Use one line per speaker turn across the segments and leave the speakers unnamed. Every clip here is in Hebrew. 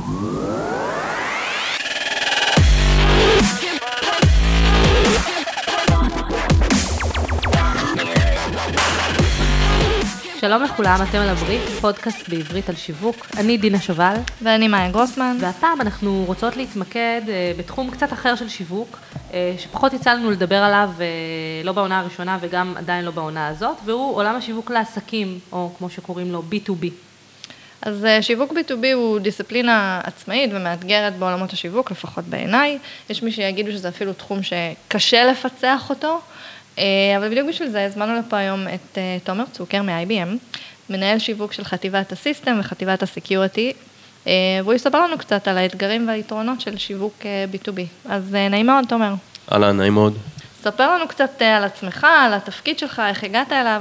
שלום לכולם, אתם על הברית, פודקאסט בעברית על שיווק. אני דינה שובל.
ואני מאיה גרוסמן.
והפעם אנחנו רוצות להתמקד בתחום קצת אחר של שיווק, שפחות יצא לנו לדבר עליו לא בעונה הראשונה וגם עדיין לא בעונה הזאת, והוא עולם השיווק לעסקים, או כמו שקוראים לו B2B.
אז שיווק B2B הוא דיסציפלינה עצמאית ומאתגרת בעולמות השיווק, לפחות בעיניי. יש מי שיגידו שזה אפילו תחום שקשה לפצח אותו, אבל בדיוק בשביל זה הזמנו לפה היום את תומר צוקר מ-IBM, מנהל שיווק של חטיבת הסיסטם וחטיבת הסקיוריטי, והוא יספר לנו קצת על האתגרים והיתרונות של שיווק B2B. אז נעים מאוד, תומר.
אהלן, נעים מאוד.
ספר לנו קצת על עצמך, על התפקיד שלך, איך הגעת אליו.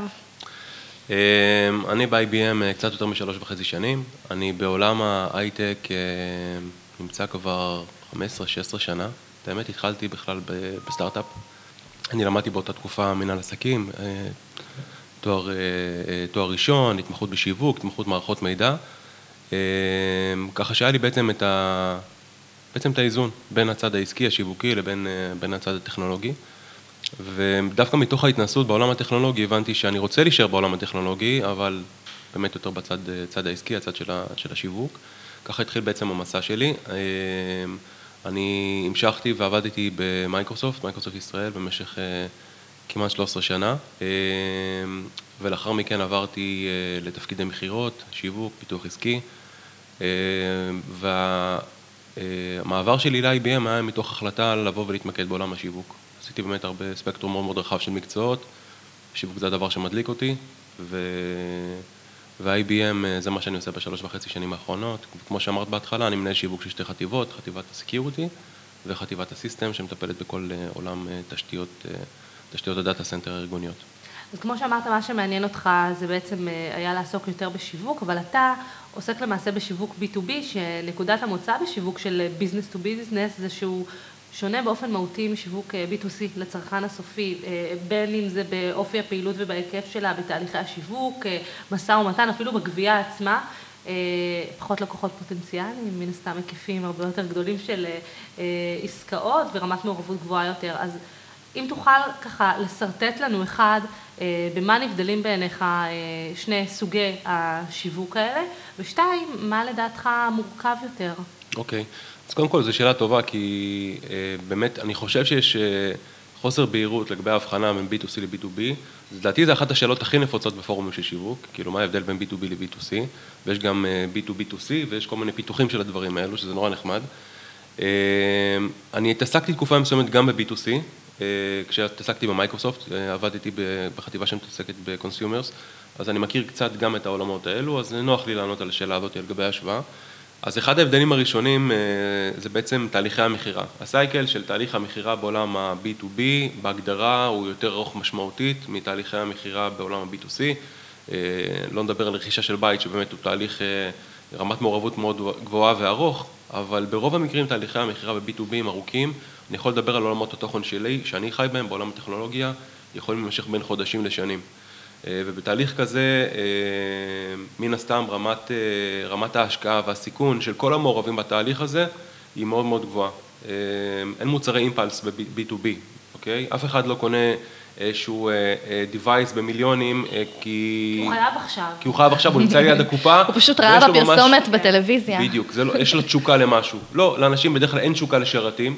אני ב-IBM קצת יותר מ3.5 שנים. אני בעולם ההייטק נמצא כבר 15-16 שנה. באמת התחלתי בכלל בסטארט-אפ. אני למדתי באותה תקופה מנהל עסקים, תואר ראשון, התמחות בשיווק, התמחות מערכות מידע. ככה שהיה לי בעצם את האיזון בין הצד העסקי, השיווקי, לבין הצד הטכנולוגי. ודווקא מתוך ההתנסות בעולם הטכנולוגי הבנתי שאני רוצה להישאר בעולם הטכנולוגי, אבל באמת יותר בצד העסקי, הצד של השיווק. ככה התחיל בעצם המסע שלי. אני המשכתי ועבדתי במייקרוסופט, מייקרוסופט ישראל, במשך כמעט 13 שנה, ולאחר מכן עברתי לתפקידי מחירות, שיווק, פיתוח עסקי, והמעבר שלי ל-IBM היה מתוך החלטה לבוא ולהתמקד בעולם השיווק. עשיתי באמת הרבה ספקטרום מאוד מאוד רחב של מקצועות, שיווק זה הדבר שמדליק אותי, ו-IBM זה מה שאני עושה ב3.5 שנים האחרונות. כמו שאמרת בהתחלה, אני מנהל שיווק של שתי חטיבות, חטיבת הסקיוריטי וחטיבת הסיסטם, שמטפלת בכל עולם תשתיות הדאטה סנטר הארגוניות.
אז כמו שאמרת, מה שמעניין אותך זה בעצם היה לעסוק יותר בשיווק, אבל אתה עוסק למעשה בשיווק B2B, שנקודת המוצא בשיווק של business to business זה שהוא שונה באופן מהותי משיווק B2C לצרכן הסופי, בין אם זה באופי הפעילות ובהיקף שלה, בתהליכי השיווק, משא ומתן, אפילו בגבייה עצמה, פחות לקוחות פוטנציאליים, מן הסתם היקפים הרבה יותר גדולים של עסקאות ורמת מעורבות גבוהה יותר. אז אם תוכל ככה לסרטט לנו אחד, במה נבדלים בעיניך שני סוגי השיווק האלה, ושתיים, מה לדעתך מורכב יותר?
אוקיי. אז קודם כל, זו שאלה טובה, כי באמת אני חושב שיש חוסר בהירות לגבי ההבחנה בין B2C ל-B2B. לדעתי, זה אחת השאלות הכי נפוצות בפורומים של שיווק, כאילו מה ההבדל בין B2B ל-B2C, ויש גם B2B2C, ויש כל מיני פיתוחים של הדברים האלו, שזה נורא נחמד. אני התעסקתי תקופה מסוימת גם ב-B2C, כשהתעסקתי במייקרוסופט, עבדתי בחטיבה שמתעסקת ב-consumers, אז אני מכיר קצת גם את העולמות האלו, אז נוח לי לענות על השאלה הזאת על גבי ההשוואה. אז אחד ההבדלים הראשונים זה בעצם תהליכי המחירה. הסייקל של תהליך המחירה בעולם ה-B2B, בהגדרה הוא יותר ארוך משמעותית מתהליכי המחירה בעולם ה-B2C. לא נדבר על רכישה של בית, שבאמת הוא תהליך רמת מעורבות מאוד גבוהה וארוך, אבל ברוב המקרים תהליכי המחירה ב-B2B הם ארוכים. אני יכול לדבר על עולמות התוכן שלי, שאני חי בהם בעולם הטכנולוגיה, יכולים להימשך בין חודשים לשנים. ובתהליך כזה, מן הסתם, רמת ההשקעה והסיכון של כל המעורבים בתהליך הזה, היא מאוד מאוד גבוהה. אין מוצרי אימפלס ב-B2B, אוקיי? אף אחד לא קונה איזשהו device במיליונים, כי
הוא חייב עכשיו.
כי הוא חייב עכשיו, הוא נמצא ליד הקופה.
הוא פשוט ראה בפרסומת בטלוויזיה.
בדיוק, יש לו תשוקה למשהו. לא, לאנשים בדרך כלל אין תשוקה לשרתים,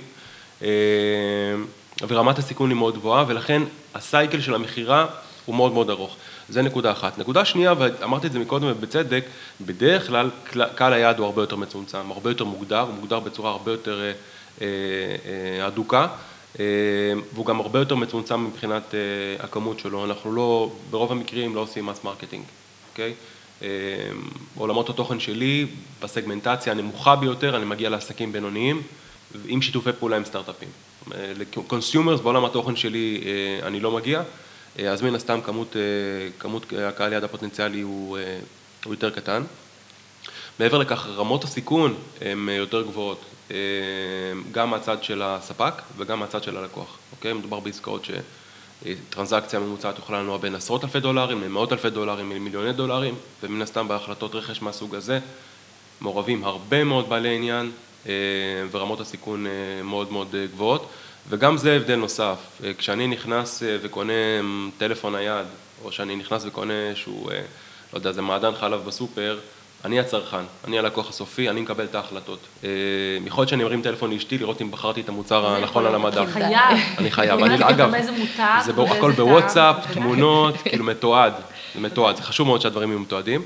ורמת הסיכון היא מאוד גבוהה, ולכן הסייקל של המחירה הוא מאוד מאוד ארוך. זה נקודה אחת. נקודה שנייה, ואמרתי את זה מקודם ובצדק, בדרך כלל קהל היעד הוא הרבה יותר מצומצם, הרבה יותר מוגדר, הוא מוגדר בצורה הרבה יותר אדוקה, והוא גם הרבה יותר מצומצם מבחינת הכמות שלו. אנחנו לא, ברוב המקרים לא עושים מס מרקטינג, אוקיי? עולמות התוכן שלי, בסגמנטציה הנמוכה ביותר, אני מגיע לעסקים בינוניים, עם שיתופי פעולה עם סטארט-אפים. לקונסיומרס בעולם התוכן שלי אני לא מגיע, אז מן הסתם כמות הקהל יעד הפוטנציאלי הוא יותר קטן. מעבר לכך, רמות הסיכון הן יותר גבוהות, גם מהצד של הספק וגם מהצד של הלקוח. אוקיי? מדובר בעסקאות שטרנזקציה ממוצעת יכולה לנוע בין $10,000 ל$100,000 למיליוני דולרים, ומן הסתם בהחלטות רכש מהסוג הזה, מעורבים הרבה מאוד בעלי עניין, ורמות הסיכון מאוד מאוד גבוהות, וגם זה הבדל נוסף, כשאני נכנס וקונה טלפון נייד, או שאני נכנס וקונה שהוא, לא יודע, זה מעדן חלב בסופר, אני הצרכן, אני הלקוח הסופי, אני מקבל את ההחלטות. יכול להיות שאני מרים טלפון לאשתי לראות אם בחרתי את המוצר הנכון על המדף.
חייב.
אני חייב.
אגב, זה
הכל בוואטסאפ, תמונות, כאילו מתועד, זה מתועד, זה חשוב מאוד שהדברים יהיו מתועדים.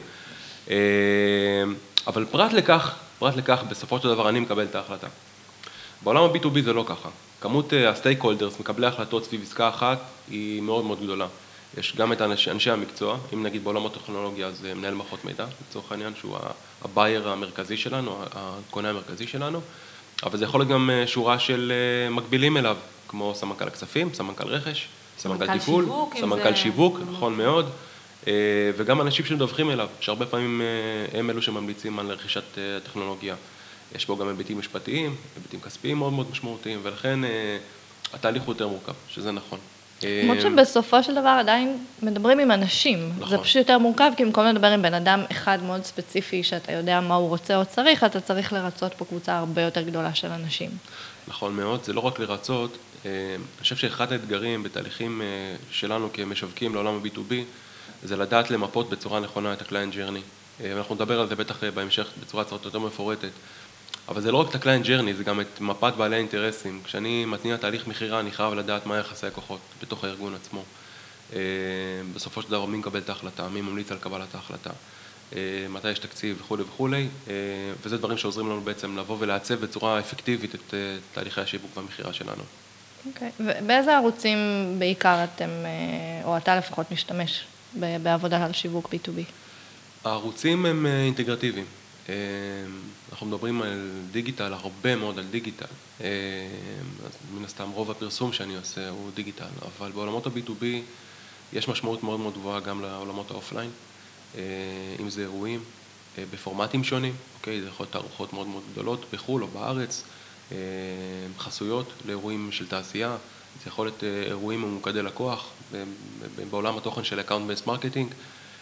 אבל פרט לכך, בסופו של דבר אני מקבל את ההחלטה. בעולם ה-B2B זה לא ככה. כמות הסטייק הולדרס, מקבלי ההחלטות סביב עסקה אחת, היא מאוד מאוד גדולה. יש גם את אנשי המקצוע, אם נגיד בעולם הטכנולוגיה, זה מנהל מערכות מידע, לצורך העניין, שהוא הבייר המרכזי שלנו, הקונה המרכזי שלנו, אבל זה יכול להיות גם שורה של מקבילים אליו, כמו סמנכ"ל הכספים, סמנכ"ל רכש, סמנכ"ל תפעול, סמנכ"ל שיווק, נכון מאוד, וגם אנשים שמדווחים אליו, שהרבה פעמים הם אלו שממליצים על רכישת הטכנולוגיה. יש בו גם היבטים משפטיים, היבטים כספיים מאוד מאוד משמעותיים, ולכן התהליך הוא יותר מורכב, שזה נכון.
למרות שבסופו של דבר עדיין מדברים עם אנשים,
נכון.
זה פשוט יותר מורכב, כי במקום לדבר עם בן אדם אחד מאוד ספציפי, שאתה יודע מה הוא רוצה או צריך, אתה צריך לרצות פה קבוצה הרבה יותר גדולה של אנשים.
נכון מאוד, זה לא רק לרצות, אני חושב שאחד האתגרים בתהליכים שלנו כמשווקים לעולם ה-B2B, זה לדעת למפות בצורה נכונה את ה-Client Journey, ואנחנו נדבר על זה בטח בהמשך בצורה יותר מפורטת, אבל זה לא רק את ה-Client Journey, זה גם את מפת בעלי האינטרסים. כשאני מתניע תהליך מחירה, אני חייב לדעת מה יחסי הכוחות בתוך הארגון עצמו. בסופו של דבר, מי מקבל את ההחלטה, מי ממליץ על קבלת ההחלטה, מתי יש תקציב וכו' וכו', וזה דברים שעוזרים לנו בעצם לבוא ולעצב בצורה אפקטיבית את תהליכי השיווק והמחירה שלנו.
אוקיי, ובאיזה ערוצים בעיקר אתם, או אתה לפחות משתמש בעבודה על שיווק B2B?
הערוצים הם אינטגרטיביים. אנחנו מדברים על דיגיטל, הרבה מאוד על דיגיטל. אז מן הסתם רוב הפרסום שאני עושה הוא דיגיטל, אבל בעולמות ה-B2B יש משמעות מאוד מאוד גבוהה גם לעולמות האופליין, אם זה אירועים בפורמטים שונים, אוקיי? זה יכול להיות תערוכות מאוד מאוד גדולות בחו"ל או בארץ, חסויות לאירועים של תעשייה, זה יכול להיות אירועים ממוקדי לקוח בעולם התוכן של Account-Based Marketing,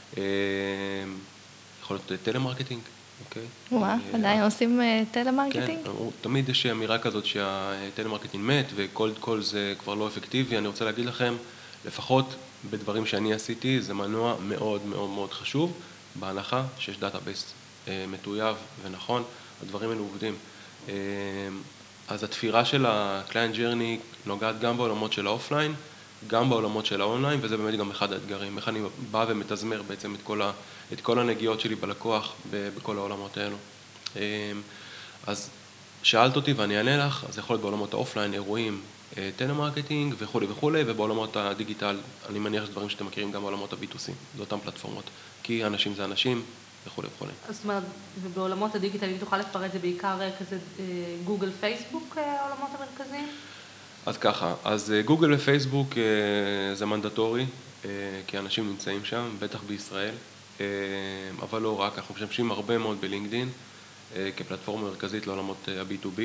יכול להיות טלמרקטינג, אוקיי?
וואה, עדיין עושים טלמרקטינג?
כן, תמיד יש אמירה כזאת שהטלמרקטינג מת וכל זה כבר לא אפקטיבי. אני רוצה להגיד לכם, לפחות בדברים שאני עשיתי, זה מנוע מאוד מאוד מאוד חשוב, בהנחה שיש דאטאבייס מטויב ונכון, הדברים האלו עובדים. אז התפירה של ה-Client Journey נוגעת גם בעולמות של האופליין, גם בעולמות של האונליין, וזה באמת גם אחד האתגרים, איך אני בא ומתזמר בעצם את כל הנגיעות שלי בלקוח בכל העולמות האלו. אז שאלת אותי ואני אענה לך, אז יכול להיות בעולמות האופליין, אירועים, טלמרקטינג וכו' וכו', ובעולמות הדיגיטל, אני מניח שדברים שאתם מכירים גם בעולמות ה-B2C, זה אותם פלטפורמות, כי אנשים זה אנשים וכו' וכו'.
זאת אומרת, ובעולמות הדיגיטל, אם תוכל לפרט, זה בעיקר כזה גוגל, פייסבוק, העולמות המרכזיים?
אז ככה, אז גוגל ופייסבוק זה מנדטורי, כי אנשים נמצאים שם, בטח בישראל, אבל לא רק, אנחנו משתמשים הרבה מאוד בלינקדין, כפלטפורמה מרכזית לעולמות ה-B2B.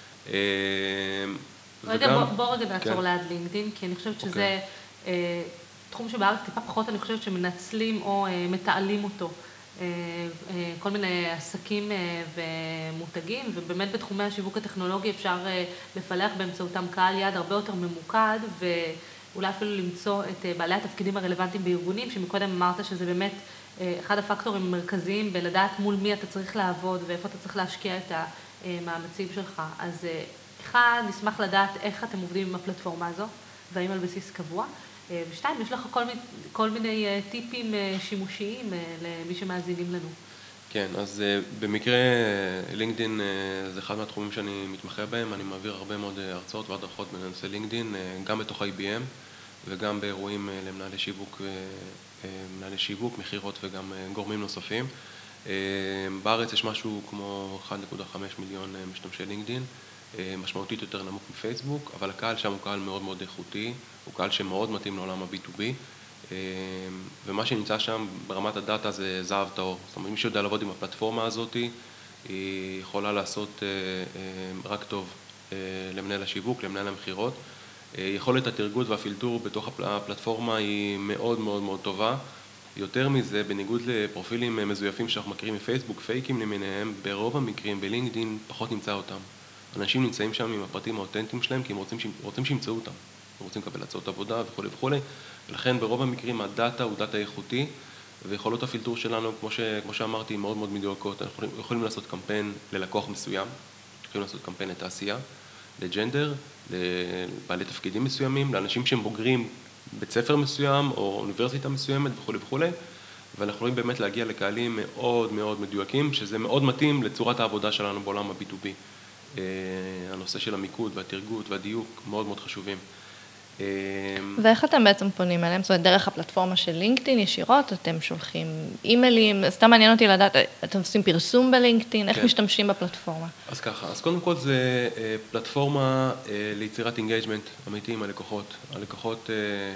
בוא רגע נעצור ליד לינקדין, כי אני חושבת שזה תחום שבארץ טיפה פחות, אני חושבת שמנצלים או מתעלים אותו. כל מיני עסקים ומותגים, ובאמת בתחומי השיווק הטכנולוגי אפשר לפלח באמצעותם קהל יעד הרבה יותר ממוקד, ואולי אפילו למצוא את בעלי התפקידים הרלוונטיים בארגונים, שמקודם אמרת שזה באמת אחד הפקטורים המרכזיים בלדעת מול מי אתה צריך לעבוד ואיפה אתה צריך להשקיע את המאמצים שלך. אז אחד, נשמח לדעת איך אתם עובדים עם הפלטפורמה הזו, והאם על בסיס קבוע. ושתיים, יש לך כל מיני טיפים שימושיים למי שמאזינים לנו.
כן, אז במקרה לינקדין זה אחד מהתחומים שאני מתמחה בהם, אני מעביר הרבה מאוד הרצאות והדרכות בנושא לינקדין, גם בתוך IBM וגם באירועים למנהלי שיווק, מחירות וגם גורמים נוספים. בארץ יש משהו כמו 1.5 מיליון משתמשי לינקדין, משמעותית יותר נמוך מפייסבוק, אבל הקהל שם הוא קהל מאוד מאוד איכותי, הוא קהל שמאוד מתאים לעולם ה-B2B, ומה שנמצא שם ברמת הדאטה זה זהב טהור. זאת אומרת, מי שיודע לעבוד עם הפלטפורמה הזאת, היא יכולה לעשות רק טוב למנהל השיווק, למנהל המחירות. יכולת התרגות והפילטור בתוך הפלטפורמה היא מאוד מאוד מאוד טובה, יותר מזה, בניגוד לפרופילים מזויפים שאנחנו מכירים מפייסבוק, פייקים למיניהם, ברוב המקרים בלינקדין פחות נמצא אותם. אנשים נמצאים שם עם הפרטים האותנטיים שלהם, כי הם רוצים שימצאו אותם. הם רוצים לקבל הצעות עבודה וכו' וכו'. ולכן ברוב המקרים הדאטה הוא דאטה איכותי, ויכולות הפילטור שלנו, כמו שאמרתי, מאוד מאוד מדויקות. אנחנו יכולים לעשות קמפיין ללקוח מסוים, יכולים לעשות קמפיין לתעשייה, לג'נדר, לבעלי תפקידים מסוימים, לאנשים שהם בוגרים בית ספר מסוים או אוניברסיטה מסוימת וכו' וכו'. ואנחנו יכולים באמת להגיע לקהלים מאוד מאוד מדויקים, שזה מאוד מתאים לצורת העבודה שלנו בעולם ה-B2B. הנושא של המיקוד והתרגות והדיוק מאוד מאוד חשובים.
ואיך אתם בעצם פונים אליהם? זאת אומרת, דרך הפלטפורמה של לינקדאין ישירות, אתם שולחים אימיילים, סתם מעניין אותי לדעת, אתם עושים פרסום בלינקדאין, איך משתמשים בפלטפורמה?
אז ככה, אז קודם כל זה פלטפורמה ליצירת אינגייג'מנט אמיתי עם הלקוחות. הלקוחות,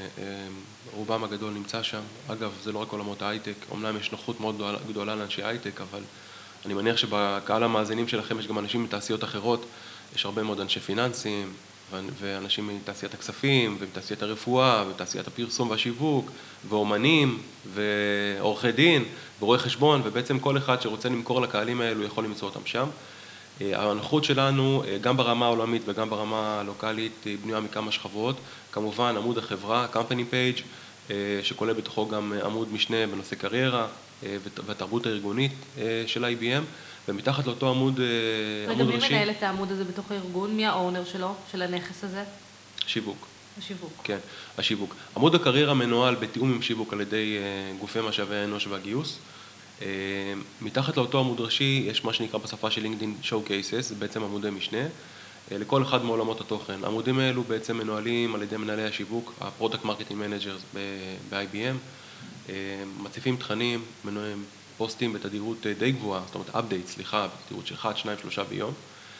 רובם הגדול נמצא שם. אגב, זה לא רק עולמות ההייטק, אומנם יש נוחות מאוד גדולה לאנשי הייטק, אבל אני מניח שבקהל המאזינים שלכם יש גם אנשים מתעשיות אחרות, יש הרבה מאוד אנשי פיננסים, ואנשים מתעשיית הכספים, ומתעשיית הרפואה, ומתעשיית הפרסום והשיווק, ואומנים, ועורכי דין, ורואי חשבון, ובעצם כל אחד שרוצה למכור לקהלים האלו יכול למצוא אותם שם. הנוחות שלנו, גם ברמה העולמית וגם ברמה הלוקלית, היא בנויה מכמה שכבות. כמובן, עמוד החברה, company page, שכולל בתוכו גם עמוד משנה בנושא קריירה, והתרבות הארגונית של IBM, ומתחת לאותו עמוד ראשי.
רגע, מי מנהל את העמוד הזה בתוך הארגון? מי האונר שלו, של הנכס הזה?
שיווק.
השיווק.
כן, השיווק. עמוד הקריירה מנוהל בתיאום עם שיווק על ידי גופי משאבי האנוש והגיוס. מתחת לאותו עמוד ראשי יש מה שנקרא בשפה של לינקדאין Showcases, זה בעצם עמודי משנה, לכל אחד מעולמות התוכן. העמודים האלו בעצם מנוהלים על ידי מנהלי השיווק, ה-Product Marketing Managers ב-IBM, מציפים תכנים, מנוהלים פוסטים בתדירות די גבוהה, זאת אומרת update, בתדירות של 1, 2, 3 ביום,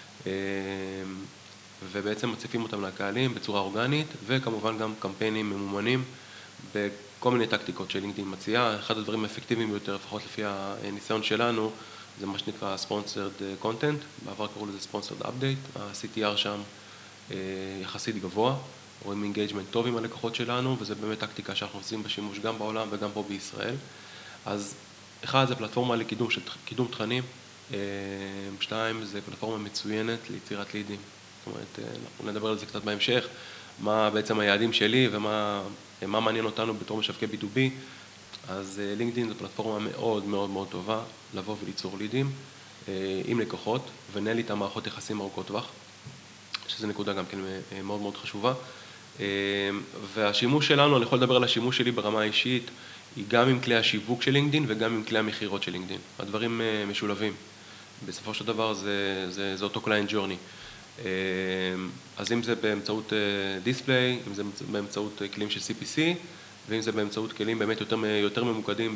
ובעצם מציפים אותם לקהלים בצורה אורגנית, וכמובן גם קמפיינים ממומנים בכל מיני טקטיקות שלינקדאין מציעה. אחד הדברים האפקטיביים ביותר, לפחות לפי הניסיון שלנו, זה מה שנקרא Sponsored Content, בעבר קראו לזה Sponsored Update, ה-CTR שם יחסית גבוה, רואים אינגייג'מנט טוב עם הלקוחות שלנו, וזה באמת טקטיקה שאנחנו עושים בשימוש גם בעולם וגם פה בישראל. אז אחד, זה פלטפורמה לקידום תכנים, 2, זה פלטפורמה מצוינת ליצירת לידים. זאת אומרת, אנחנו נדבר על זה קצת בהמשך, מה בעצם היעדים שלי ומה מעניין אותנו בתור משווקי B2B. אז לינקדאין זו פלטפורמה מאוד מאוד מאוד טובה לבוא וליצור לידים עם לקוחות ונהל איתם מערכות יחסים ארוכות טווח, שזו נקודה גם כן מאוד מאוד חשובה. והשימוש שלנו, אני יכול לדבר על השימוש שלי ברמה האישית, היא גם עם כלי השיווק של לינקדאין וגם עם כלי המחירות של לינקדאין. הדברים משולבים. בסופו של דבר זה אותו client journey. אז אם זה באמצעות דיספליי, אם זה באמצעות כלים של CPC, ואם זה באמצעות כלים באמת יותר ממוקדים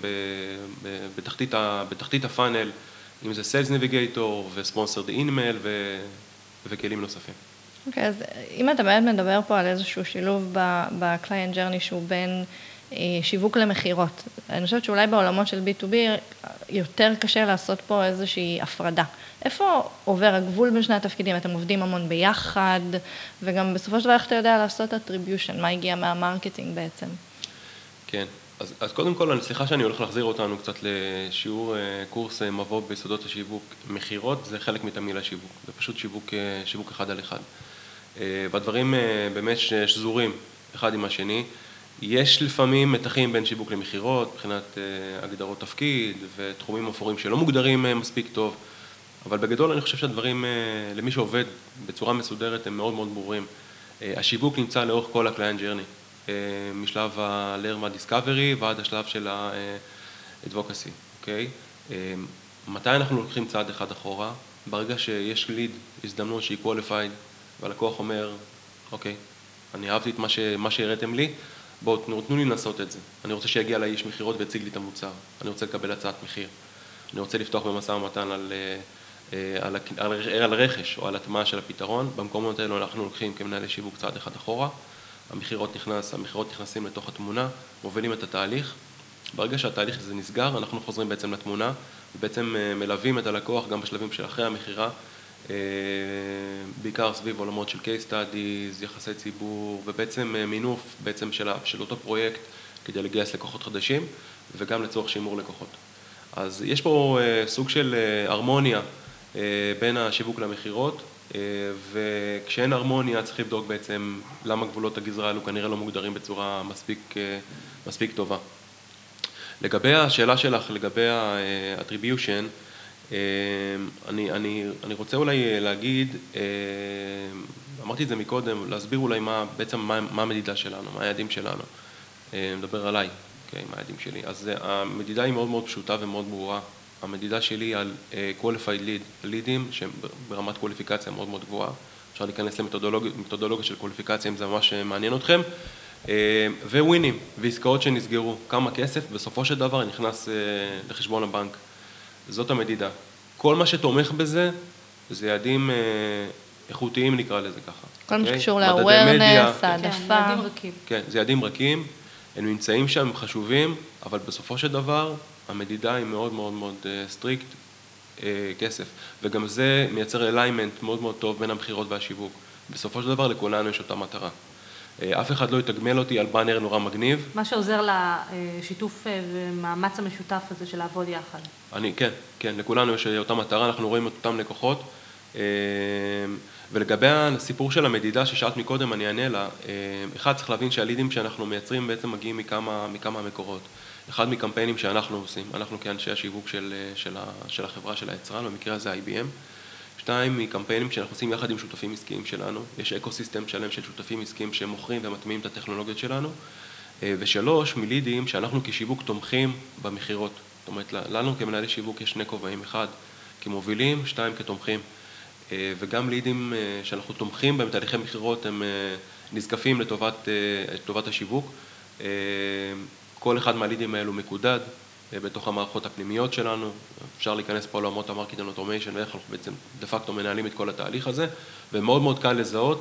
בתחתית הפאנל, אם זה Sales Navigator ו-Sponsored Email וכלים נוספים.
אוקיי, אז אם אתה באמת מדבר פה על איזשהו שילוב ב-Client Journey שהוא בין שיווק למחירות, אני חושבת שאולי בעולמות של B2B יותר קשה לעשות פה איזושהי הפרדה. איפה עובר הגבול בין שני התפקידים? אתם עובדים המון ביחד, וגם בסופו של דבר איך אתה יודע לעשות attribution, מה הגיע מהמרקטינג בעצם?
כן, אז קודם כל, סליחה שאני הולך להחזיר אותנו קצת לשיעור קורס מבוא ביסודות השיווק. מחירות זה חלק מתמהיל השיווק, זה פשוט שיווק אחד על אחד. והדברים באמת שזורים אחד עם השני. יש לפעמים מתחים בין שיווק למחירות, מבחינת הגדרות תפקיד ותחומים אפורים שלא מוגדרים מספיק טוב, אבל בגדול אני חושב שהדברים למי שעובד בצורה מסודרת הם מאוד מאוד ברורים. השיווק נמצא לאורך כל ה-Client Journey, משלב ה-Learn מה-Discovery ועד השלב של ה-Advocacy, אוקיי? מתי אנחנו לוקחים צעד אחד אחורה? ברגע שיש ליד, הזדמנות שהיא qualified, והלקוח אומר, אוקיי, אני אהבתי את מה שהראיתם לי, בואו תנו לי לנסות את זה. אני רוצה שיגיע לאיש מחירות ויציג לי את המוצר. אני רוצה לקבל הצעת מחיר. אני רוצה לפתוח במשא ומתן על רכש או על הטמעה של הפתרון. במקומות האלו אנחנו לוקחים כמנהלי שיווק צעד אחד אחורה. המחירות נכנסים לתוך התמונה, מובילים את התהליך. ברגע שהתהליך הזה נסגר, אנחנו חוזרים בעצם לתמונה, ובעצם מלווים את הלקוח גם בשלבים של אחרי המחירה, בעיקר סביב עולמות של case studies, יחסי ציבור, ובעצם מינוף בעצם של אותו פרויקט כדי לגייס לקוחות חדשים. וגם לצורך שימור לקוחות. אז יש פה סוג של הרמוניה בין השיווק למחירות, וכשאין הרמוניה צריך לבדוק בעצם למה גבולות הגזרה האלו כנראה לא מוגדרים בצורה מספיק טובה. לגבי השאלה שלך, לגבי ה-attribution, אני רוצה אולי להגיד, אמרתי את זה מקודם, להסביר אולי בעצם מה המדידה שלנו, מה היעדים שלנו. מדבר עליי, אוקיי, מה היעדים שלי. אז המדידה היא מאוד מאוד פשוטה ומאוד ברורה. המדידה שלי על qualified leadים, שהם ברמת קואליפיקציה מאוד מאוד גבוהה. אפשר להיכנס למתודולוגיה של קואליפיקציה, אם זה ממש מעניין אתכם. ווינים, ועסקאות שנסגרו, כמה כסף, בסופו של דבר נכנס לחשבון הבנק. זאת המדידה. כל מה שתומך בזה, זה יעדים איכותיים נקרא לזה ככה.
כל מה שקשור ל-awareness, העדפה.
יעדים רכים.
כן, זה יעדים רכים, הם נמצאים שם, חשובים, אבל בסופו של דבר, המדידה היא מאוד מאוד מאוד סטריקט, כסף. וגם זה מייצר אליימנט מאוד מאוד טוב בין המחירות והשיווק. בסופו של דבר, לכולנו יש אותה מטרה. אף אחד לא יתגמל אותי על באנר נורא מגניב.
מה שעוזר לשיתוף ומאמץ המשותף הזה של לעבוד יחד. כן, לכולנו יש אותה מטרה, אנחנו רואים את אותם לקוחות. ולגבי הסיפור של המדידה ששאלת מקודם, אני אענה לה. אחד, צריך להבין שהלידים שאנחנו מייצרים בעצם מגיעים מכמה מקורות. אחד מקמפיינים שאנחנו עושים, אנחנו כאנשי השיווק של החברה, של היצרן, במקרה הזה IBM. שתיים, מקמפיינים שאנחנו עושים יחד עם שותפים עסקיים שלנו, יש אקוסיסטם שלם של שותפים עסקיים שמוכרים ומטמיעים את הטכנולוגיות שלנו, ושלוש, מלידים שאנחנו כשיווק תומכים במחירות, זאת אומרת, לנו כמנהלי שיווק יש שני כובעים, אחד כמובילים, שתיים כתומכים, וגם לידים שאנחנו תומכים בהם, תהליכי מחירות הם נזקפים לטובת השיווק, כל אחד מהלידים האלו מקודד, בתוך המערכות הפנימיות שלנו, אפשר להיכנס פה לעולמות המרקטינג אוטומיישן, ואיך אנחנו בעצם דה פקטו מנהלים את כל התהליך הזה, ומאוד מאוד קל לזהות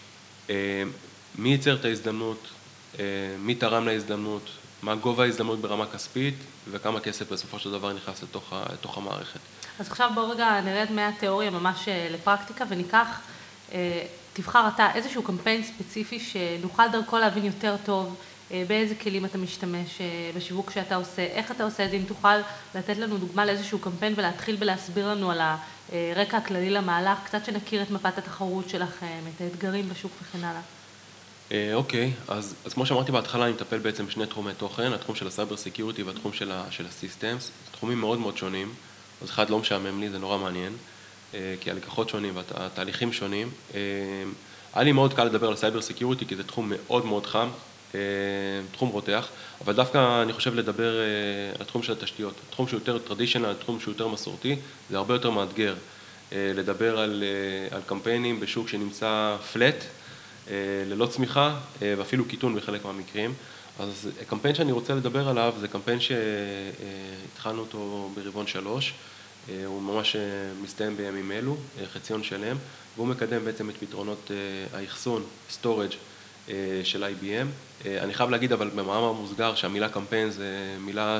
מי ייצר את ההזדמנות, מי תרם להזדמנות, מה גובה ההזדמנות ברמה כספית, וכמה כסף בסופו של דבר נכנס לתוך המערכת. אז עכשיו בואו רגע נרד מהתיאוריה ממש לפרקטיקה, וניקח, תבחר אתה איזשהו קמפיין ספציפי שנוכל דרכו להבין יותר טוב, באיזה כלים אתה משתמש בשיווק שאתה עושה, איך אתה עושה את זה, אם תוכל לתת לנו דוגמה לאיזשהו קמפיין ולהתחיל ולהסביר לנו על הרקע הכללי למהלך, קצת שנכיר את מפת התחרות שלכם, את האתגרים בשוק וכן הלאה.
אוקיי, אז כמו שאמרתי בהתחלה, אני מטפל בעצם בשני תחומי תוכן, התחום של הסייבר סקיוריטי והתחום של הסיסטמס, תחומים מאוד מאוד שונים, אז אחד לא משעמם לי, זה נורא מעניין, כי הלקוחות שונים והתהליכים שונים. היה לי מאוד קל לדבר על סייבר סקיוריטי, כי זה תחום מאוד מאוד חם, תחום רותח, אבל דווקא אני חושב לדבר על התחום של התשתיות, תחום שהוא יותר טרדישיונל, תחום שהוא יותר מסורתי, זה הרבה יותר מאתגר לדבר על קמפיינים בשוק שנמצא פלט, ללא צמיחה ואפילו קיטון בחלק מהמקרים. אז הקמפיין שאני רוצה לדבר עליו זה קמפיין שהתחלנו אותו ברבעון 3, הוא ממש מסתיים בימים אלו, חציון שלם, והוא מקדם בעצם את פתרונות האחסון, storage, של IBM. אני חייב להגיד אבל במאמר מוסגר שהמילה קמפיין זה מילה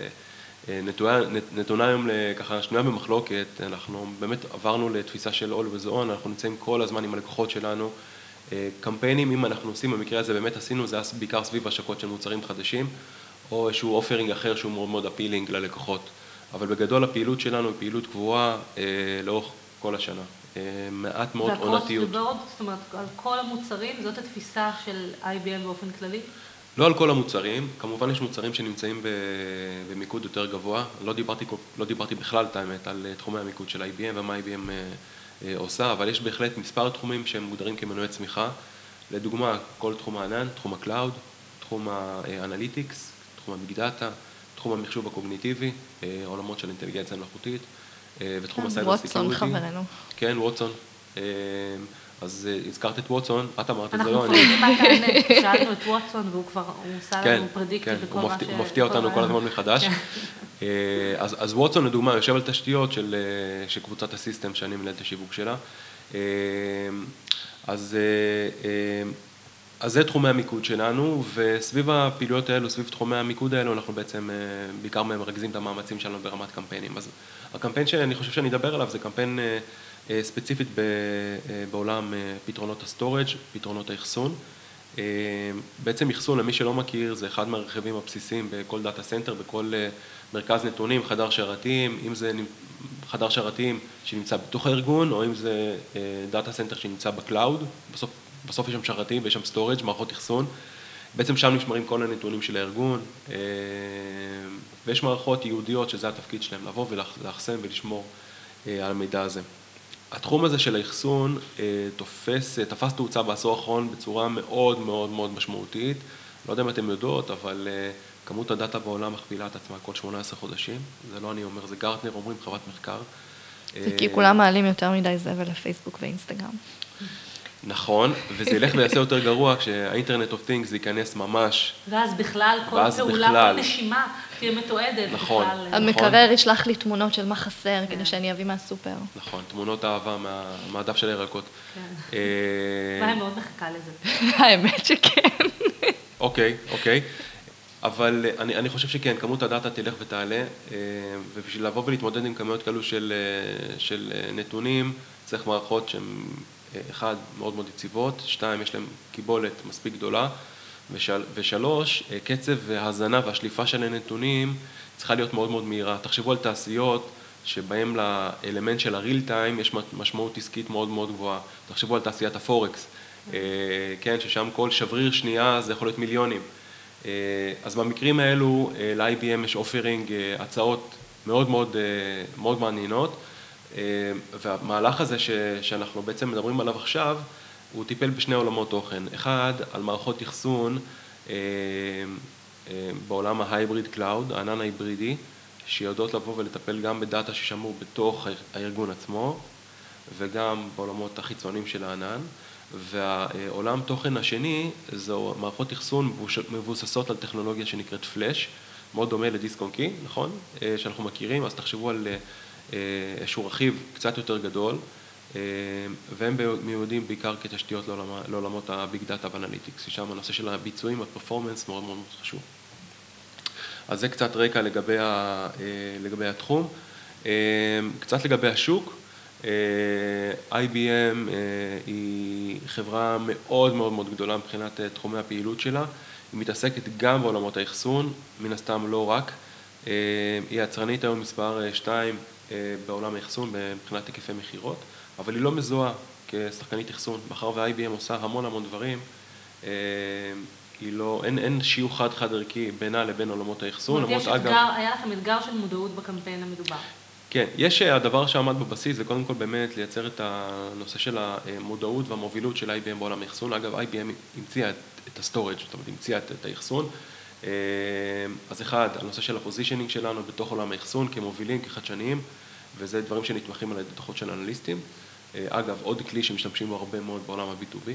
שנתונה היום ככה שנויה במחלוקת, אנחנו באמת עברנו לתפיסה של all with on, אנחנו נמצאים כל הזמן עם הלקוחות שלנו, קמפיינים אם אנחנו עושים, במקרה הזה באמת עשינו, זה היה בעיקר סביב השקות של מוצרים חדשים, או איזשהו אופרינג אחר שהוא מאוד מאוד אפילינג ללקוחות, אבל בגדול הפעילות שלנו היא פעילות קבועה לאורך כל השנה. מעט מאוד עונתיות.
זאת אומרת, על כל המוצרים, זאת התפיסה של IBM באופן כללי?
לא על כל המוצרים, כמובן יש מוצרים שנמצאים במיקוד יותר גבוה, לא דיברתי בכלל את האמת על תחומי המיקוד של IBM ומה IBM עושה, אבל יש בהחלט מספר תחומים שהם מוגדרים כמנועי צמיחה, לדוגמה כל תחום הענן, תחום הקלאוד, תחום האנליטיקס, תחום הביג דאטה, תחום המחשוב הקוגניטיבי, עולמות של אינטליגנציה מלאכותית, ותחום הסייבר סקיוריטי.
ווטסון חברנו.
כן, ווטסון. אז הזכרת את ווטסון, את אמרת את זה,
לא, אני... אנחנו כבר יודעים מה תענה, שאלנו את ווטסון והוא כבר, הוא עושה לנו פרדיקטי בכל מה ש...
הוא מפתיע אותנו כל הזמן מחדש. אז ווטסון לדוגמה יושב על תשתיות של קבוצת הסיסטם שאני מנהל את השיווק שלה. אז זה תחומי המיקוד שלנו, וסביב הפעילויות האלו, סביב תחומי המיקוד האלו, אנחנו בעצם בעיקר מרכזים את המאמצים שלנו ברמת קמפיינים. אז הקמפיין שאני חושב שאני אדבר עליו זה קמפיין ספציפית בעולם פתרונות הסטורג', פתרונות האחסון. בעצם אחסון, למי שלא מכיר, זה אחד מהרכיבים הבסיסיים בכל דאטה סנטר, בכל מרכז נתונים, חדר שרתים, אם זה חדר שרתים שנמצא בתוך הארגון, או אם זה דאטה סנטר שנמצא בקלאוד, בסוף יש שם שרתים ויש שם סטורג', מערכות אחסון, בעצם שם נשמרים כל הנתונים של הארגון, ויש מערכות ייעודיות שזה התפקיד שלהם, לבוא ולאחסן ולשמור על המידע הזה. התחום הזה של האחסון תפס תאוצה בעשור האחרון בצורה מאוד מאוד מאוד משמעותית, לא יודע אם אתם יודעות, אבל כמות הדאטה בעולם מכפילה את עצמה כל 18 חודשים, זה לא אני אומר, זה גרטנר, אומרים חברת מחקר.
זה כי כולם מעלים יותר מדי זבל לפייסבוק ואינסטגרם.
נכון, וזה ילך ויעשה יותר גרוע כשהאינטרנט אוף תינגס ייכנס ממש.
ואז בכלל כל פעולה, כל נשימה תהיה מתועדת.
נכון.
המקרר ישלח לי תמונות של מה חסר כדי שאני אביא מהסופר.
נכון, תמונות אהבה מהדף של הירקות.
מה, אני מאוד מחכה לזה.
האמת שכן.
אוקיי. אבל אני חושב שכן, כמות הדאטה תלך ותעלה, ובשביל לבוא ולהתמודד עם כמויות כאלו של נתונים, צריך מערכות שהן, אחד, מאוד מאוד יציבות, שתיים, יש להן קיבולת מספיק גדולה, ושלוש, קצב והזנה והשליפה של הנתונים צריכה להיות מאוד מאוד מהירה. תחשבו על תעשיות שבהם לאלמנט של הריל טיים יש משמעות עסקית מאוד מאוד גבוהה. תחשבו על תעשיית הפורקס, כן, ששם כל שבריר שנייה זה יכול להיות מיליונים. אז במקרים האלו, ל-IBM יש אופרינג הצעות מאוד מאוד מאוד מעניינות, והמהלך הזה שאנחנו בעצם מדברים עליו עכשיו, הוא טיפל בשני עולמות תוכן. אחד, על מערכות אחסון בעולם ההייבריד קלאוד, הענן ההיברידי, שיודעות לבוא ולטפל גם בדאטה ששמור בתוך הארגון עצמו, וגם בעולמות החיצוניים של הענן. והעולם תוכן השני, זו מערכות אחסון מבוססות על טכנולוגיה שנקראת פלאש, מאוד דומה לדיסק און קי, נכון? שאנחנו מכירים, אז תחשבו על איזשהו רכיב קצת יותר גדול, והם מיועדים בעיקר כתשתיות לעולמות הביג דאטה ואנליטיקס, ששם הנושא של הביצועים, הפרפורמנס מאוד מאוד חשוב. אז זה קצת רקע לגבי התחום. קצת לגבי השוק, IBM היא חברה מאוד מאוד מאוד גדולה מבחינת תחומי הפעילות שלה, היא מתעסקת גם בעולמות האחסון, מן הסתם לא רק, היא יצרנית היום מספר 2 בעולם האחסון מבחינת היקפי מחירות, אבל היא לא מזוהה כשחקנית אחסון, מאחר ו-IBM עושה המון דברים, אין שיוך חד ערכי בינה לבין עולמות האחסון.
היה לכם אתגר של מודעות בקמפיין המדובר.
כן, יש הדבר שעמד בבסיס, זה קודם כל באמת לייצר את הנושא של המודעות והמובילות של IBM בעולם האחסון. אגב, IBM המציאה את הסטורג', זאת אומרת, המציאה את האחסון. אז אחד, הנושא של הפוזישנינג שלנו בתוך עולם האחסון, כמובילים, כחדשניים, וזה דברים שנתמכים על ידי דוחות של אנליסטים. אגב, עוד כלי שמשתמשים בו הרבה מאוד בעולם ה-B2B.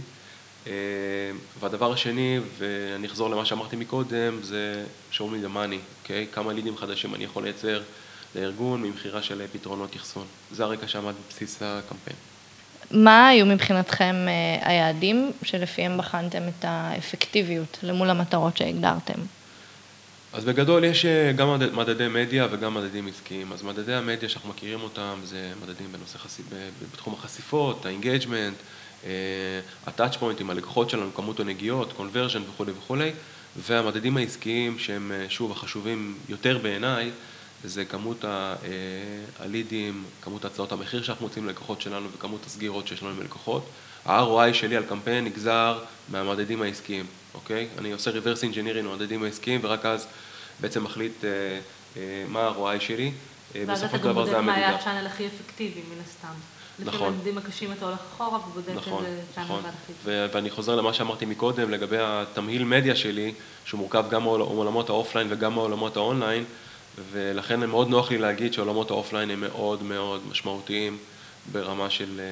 והדבר השני, ואני אחזור למה שאמרתי מקודם, זה show me the money, אוקיי? כמה לידים חדשים אני יכול לייצר לארגון ממחירה של פתרונות אחסון. זה הרקע שעמד בבסיס הקמפיין.
מה היו מבחינתכם היעדים שלפיהם בחנתם את האפקטיביות למול המטרות שהגדרתם?
אז בגדול יש גם מדדי מדיה וגם מדדים עסקיים. אז מדדי המדיה שאנחנו מכירים אותם זה מדדים בתחום החשיפות, האינגייג'מנט, הטאצ' פוינטים, הלקוחות שלנו, כמות הנגיעות, קונברז'ן וכו'. והמדדים העסקיים שהם שוב החשובים יותר בעיניי, זה כמות הלידים, כמות הצעות המחיר שאנחנו מוצאים ללקוחות שלנו וכמות הסגירות שיש לנו עם לקוחות. ה-ROI שלי על קמפיין נגזר מהמדדים העסקיים, אוקיי? אני עושה reverse engineering למדדים העסקיים ורק אז בעצם מחליט מה ה-ROI שלי.
ואז אתה גם בודק מה היה הצ'אנל הכי אפקטיבי מן הסתם.
נכון.
לפי המדדים הקשים אתה הולך אחורה ובודק איזה צ'אנל הכי אפקטיבי.
ואני חוזר למה שאמרתי מקודם לגבי התמהיל מדיה שלי, שהוא מורכב גם מעולמות האופליין וגם מעולמות האונליין, ולכן מאוד נוח לי להגיד שעולמות האופליין הם מאוד מאוד משמעותיים ברמה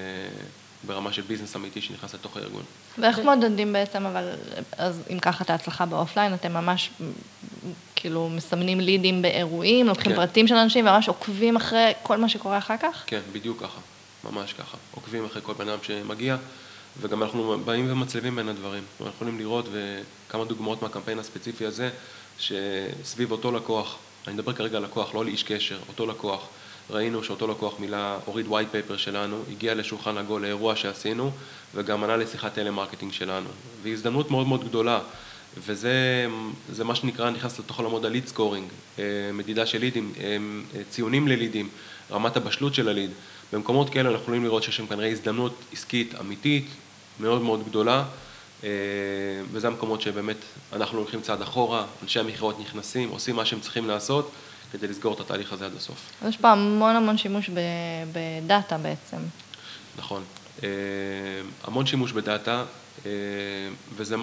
של ביזנס אמיתי שנכנס לתוך הארגון.
ואיך מודדים בעצם, אבל אז אם ככה את ההצלחה באופליין, אתם ממש כאילו מסמנים לידים באירועים, לוקחים פרטים של אנשים וממש עוקבים אחרי כל מה שקורה אחר כך?
כן, בדיוק ככה, ממש ככה. עוקבים אחרי כל בן אדם שמגיע, וגם אנחנו באים ומצלבים בין הדברים. אנחנו יכולים לראות וכמה דוגמאות מהקמפיין הספציפי הזה, שסביב אותו לקוח, אני מדבר כרגע על לקוח, לא על איש קשר, אותו לקוח, ראינו שאותו לקוח הוריד white paper שלנו, הגיע לשולחן עגול לאירוע שעשינו, וגם ענה לשיחת טלמרקטינג שלנו. והיא הזדמנות מאוד מאוד גדולה, וזה מה שנקרא, נכנס לתוך עולמות הליד סקורינג, מדידה של לידים, ציונים ללידים, רמת הבשלות של הליד. במקומות כאלה אנחנו יכולים לראות שיש שם כנראה הזדמנות עסקית אמיתית, מאוד מאוד גדולה, וזה המקומות שבאמת אנחנו הולכים צעד אחורה, אנשי המכירות נכנסים, עושים מה שהם צריכים לעשות, כדי לסגור את התהליך הזה עד הסוף.
אז יש פה המון שימוש בדאטה בעצם.
נכון. המון שימוש בדאטה, וזה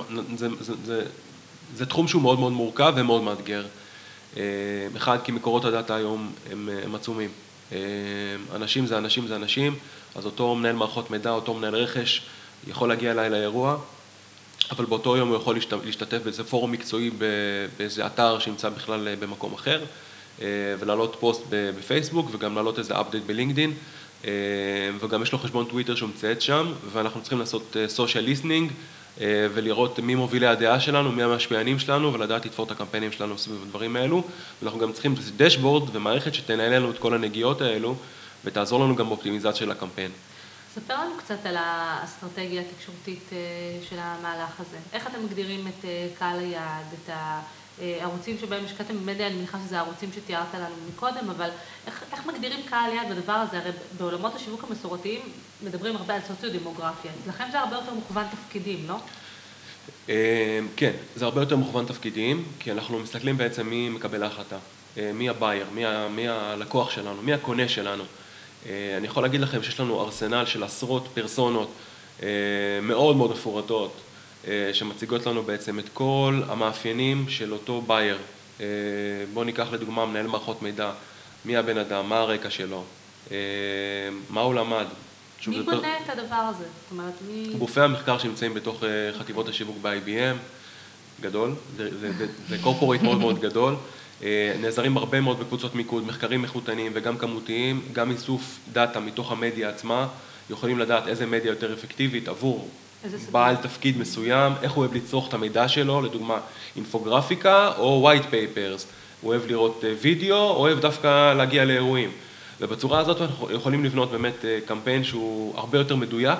תחום שהוא מאוד מאוד מורכב ומאוד מאתגר. אחד, כי מקורות הדאטה היום הם עצומים. אנשים זה אנשים זה אנשים, אז אותו מנהל מערכות מידע, אותו מנהל רכש, יכול להגיע אליי לאירוע, אבל באותו יום הוא יכול להשתתף באיזה פורום מקצועי באיזה אתר שנמצא בכלל במקום אחר, ולהעלות פוסט בפייסבוק וגם להעלות איזה אפדייט בלינקדין, וגם יש לו חשבון טוויטר שהוא מצייץ שם, ואנחנו צריכים לעשות סושיאל ליסנינג, ולראות מי מובילי הדעה שלנו, מי המשפיענים שלנו, ולדעת לתפור את הקמפיינים שלנו סביב הדברים האלו, ואנחנו גם צריכים דשבורד ומערכת שתנהל לנו את כל הנגיעות האלו, ותעזור לנו גם באופטימיזציה של הקמפיין.
ספר לנו קצת על האסטרטגיה התקשורתית של המהלך הזה. איך אתם מגדירים את קהל היעד, את הערוצים שבהם השקעתם במדיה, אני מניחה שזה הערוצים שתיארת לנו מקודם, אבל איך מגדירים קהל יעד בדבר הזה? הרי בעולמות השיווק המסורתיים מדברים הרבה על סוציו-דמוגרפיה. אצלכם זה הרבה יותר מוכוון תפקידים, לא?
כן, זה הרבה יותר מוכוון תפקידים, כי אנחנו מסתכלים בעצם מי מקבל ההחלטה, מי הבייר, מי הלקוח שלנו, מי הקונה שלנו. אני יכול להגיד לכם שיש לנו ארסנל של עשרות פרסונות מאוד מאוד מפורטות, שמציגות לנו בעצם את כל המאפיינים של אותו בייר. בואו ניקח לדוגמה מנהל מערכות מידע, מי הבן אדם, מה הרקע שלו, מה הוא למד.
מי בונה את הדבר הזה? זאת אומרת, מי...
גופי המחקר שנמצאים בתוך חטיבות השיווק ב-IBM, גדול, זה קורפורייט מאוד מאוד גדול, נעזרים הרבה מאוד בקבוצות מיקוד, מחקרים איכותניים וגם כמותיים, גם איסוף דאטה מתוך המדיה עצמה, יכולים לדעת איזה מדיה יותר אפקטיבית עבור בעל תפקיד מסוים, איך הוא אוהב לצרוך את המידע שלו, לדוגמה אינפוגרפיקה או white papers, הוא אוהב לראות וידאו, או אוהב דווקא להגיע לאירועים. ובצורה הזאת אנחנו יכולים לבנות באמת קמפיין שהוא הרבה יותר מדויק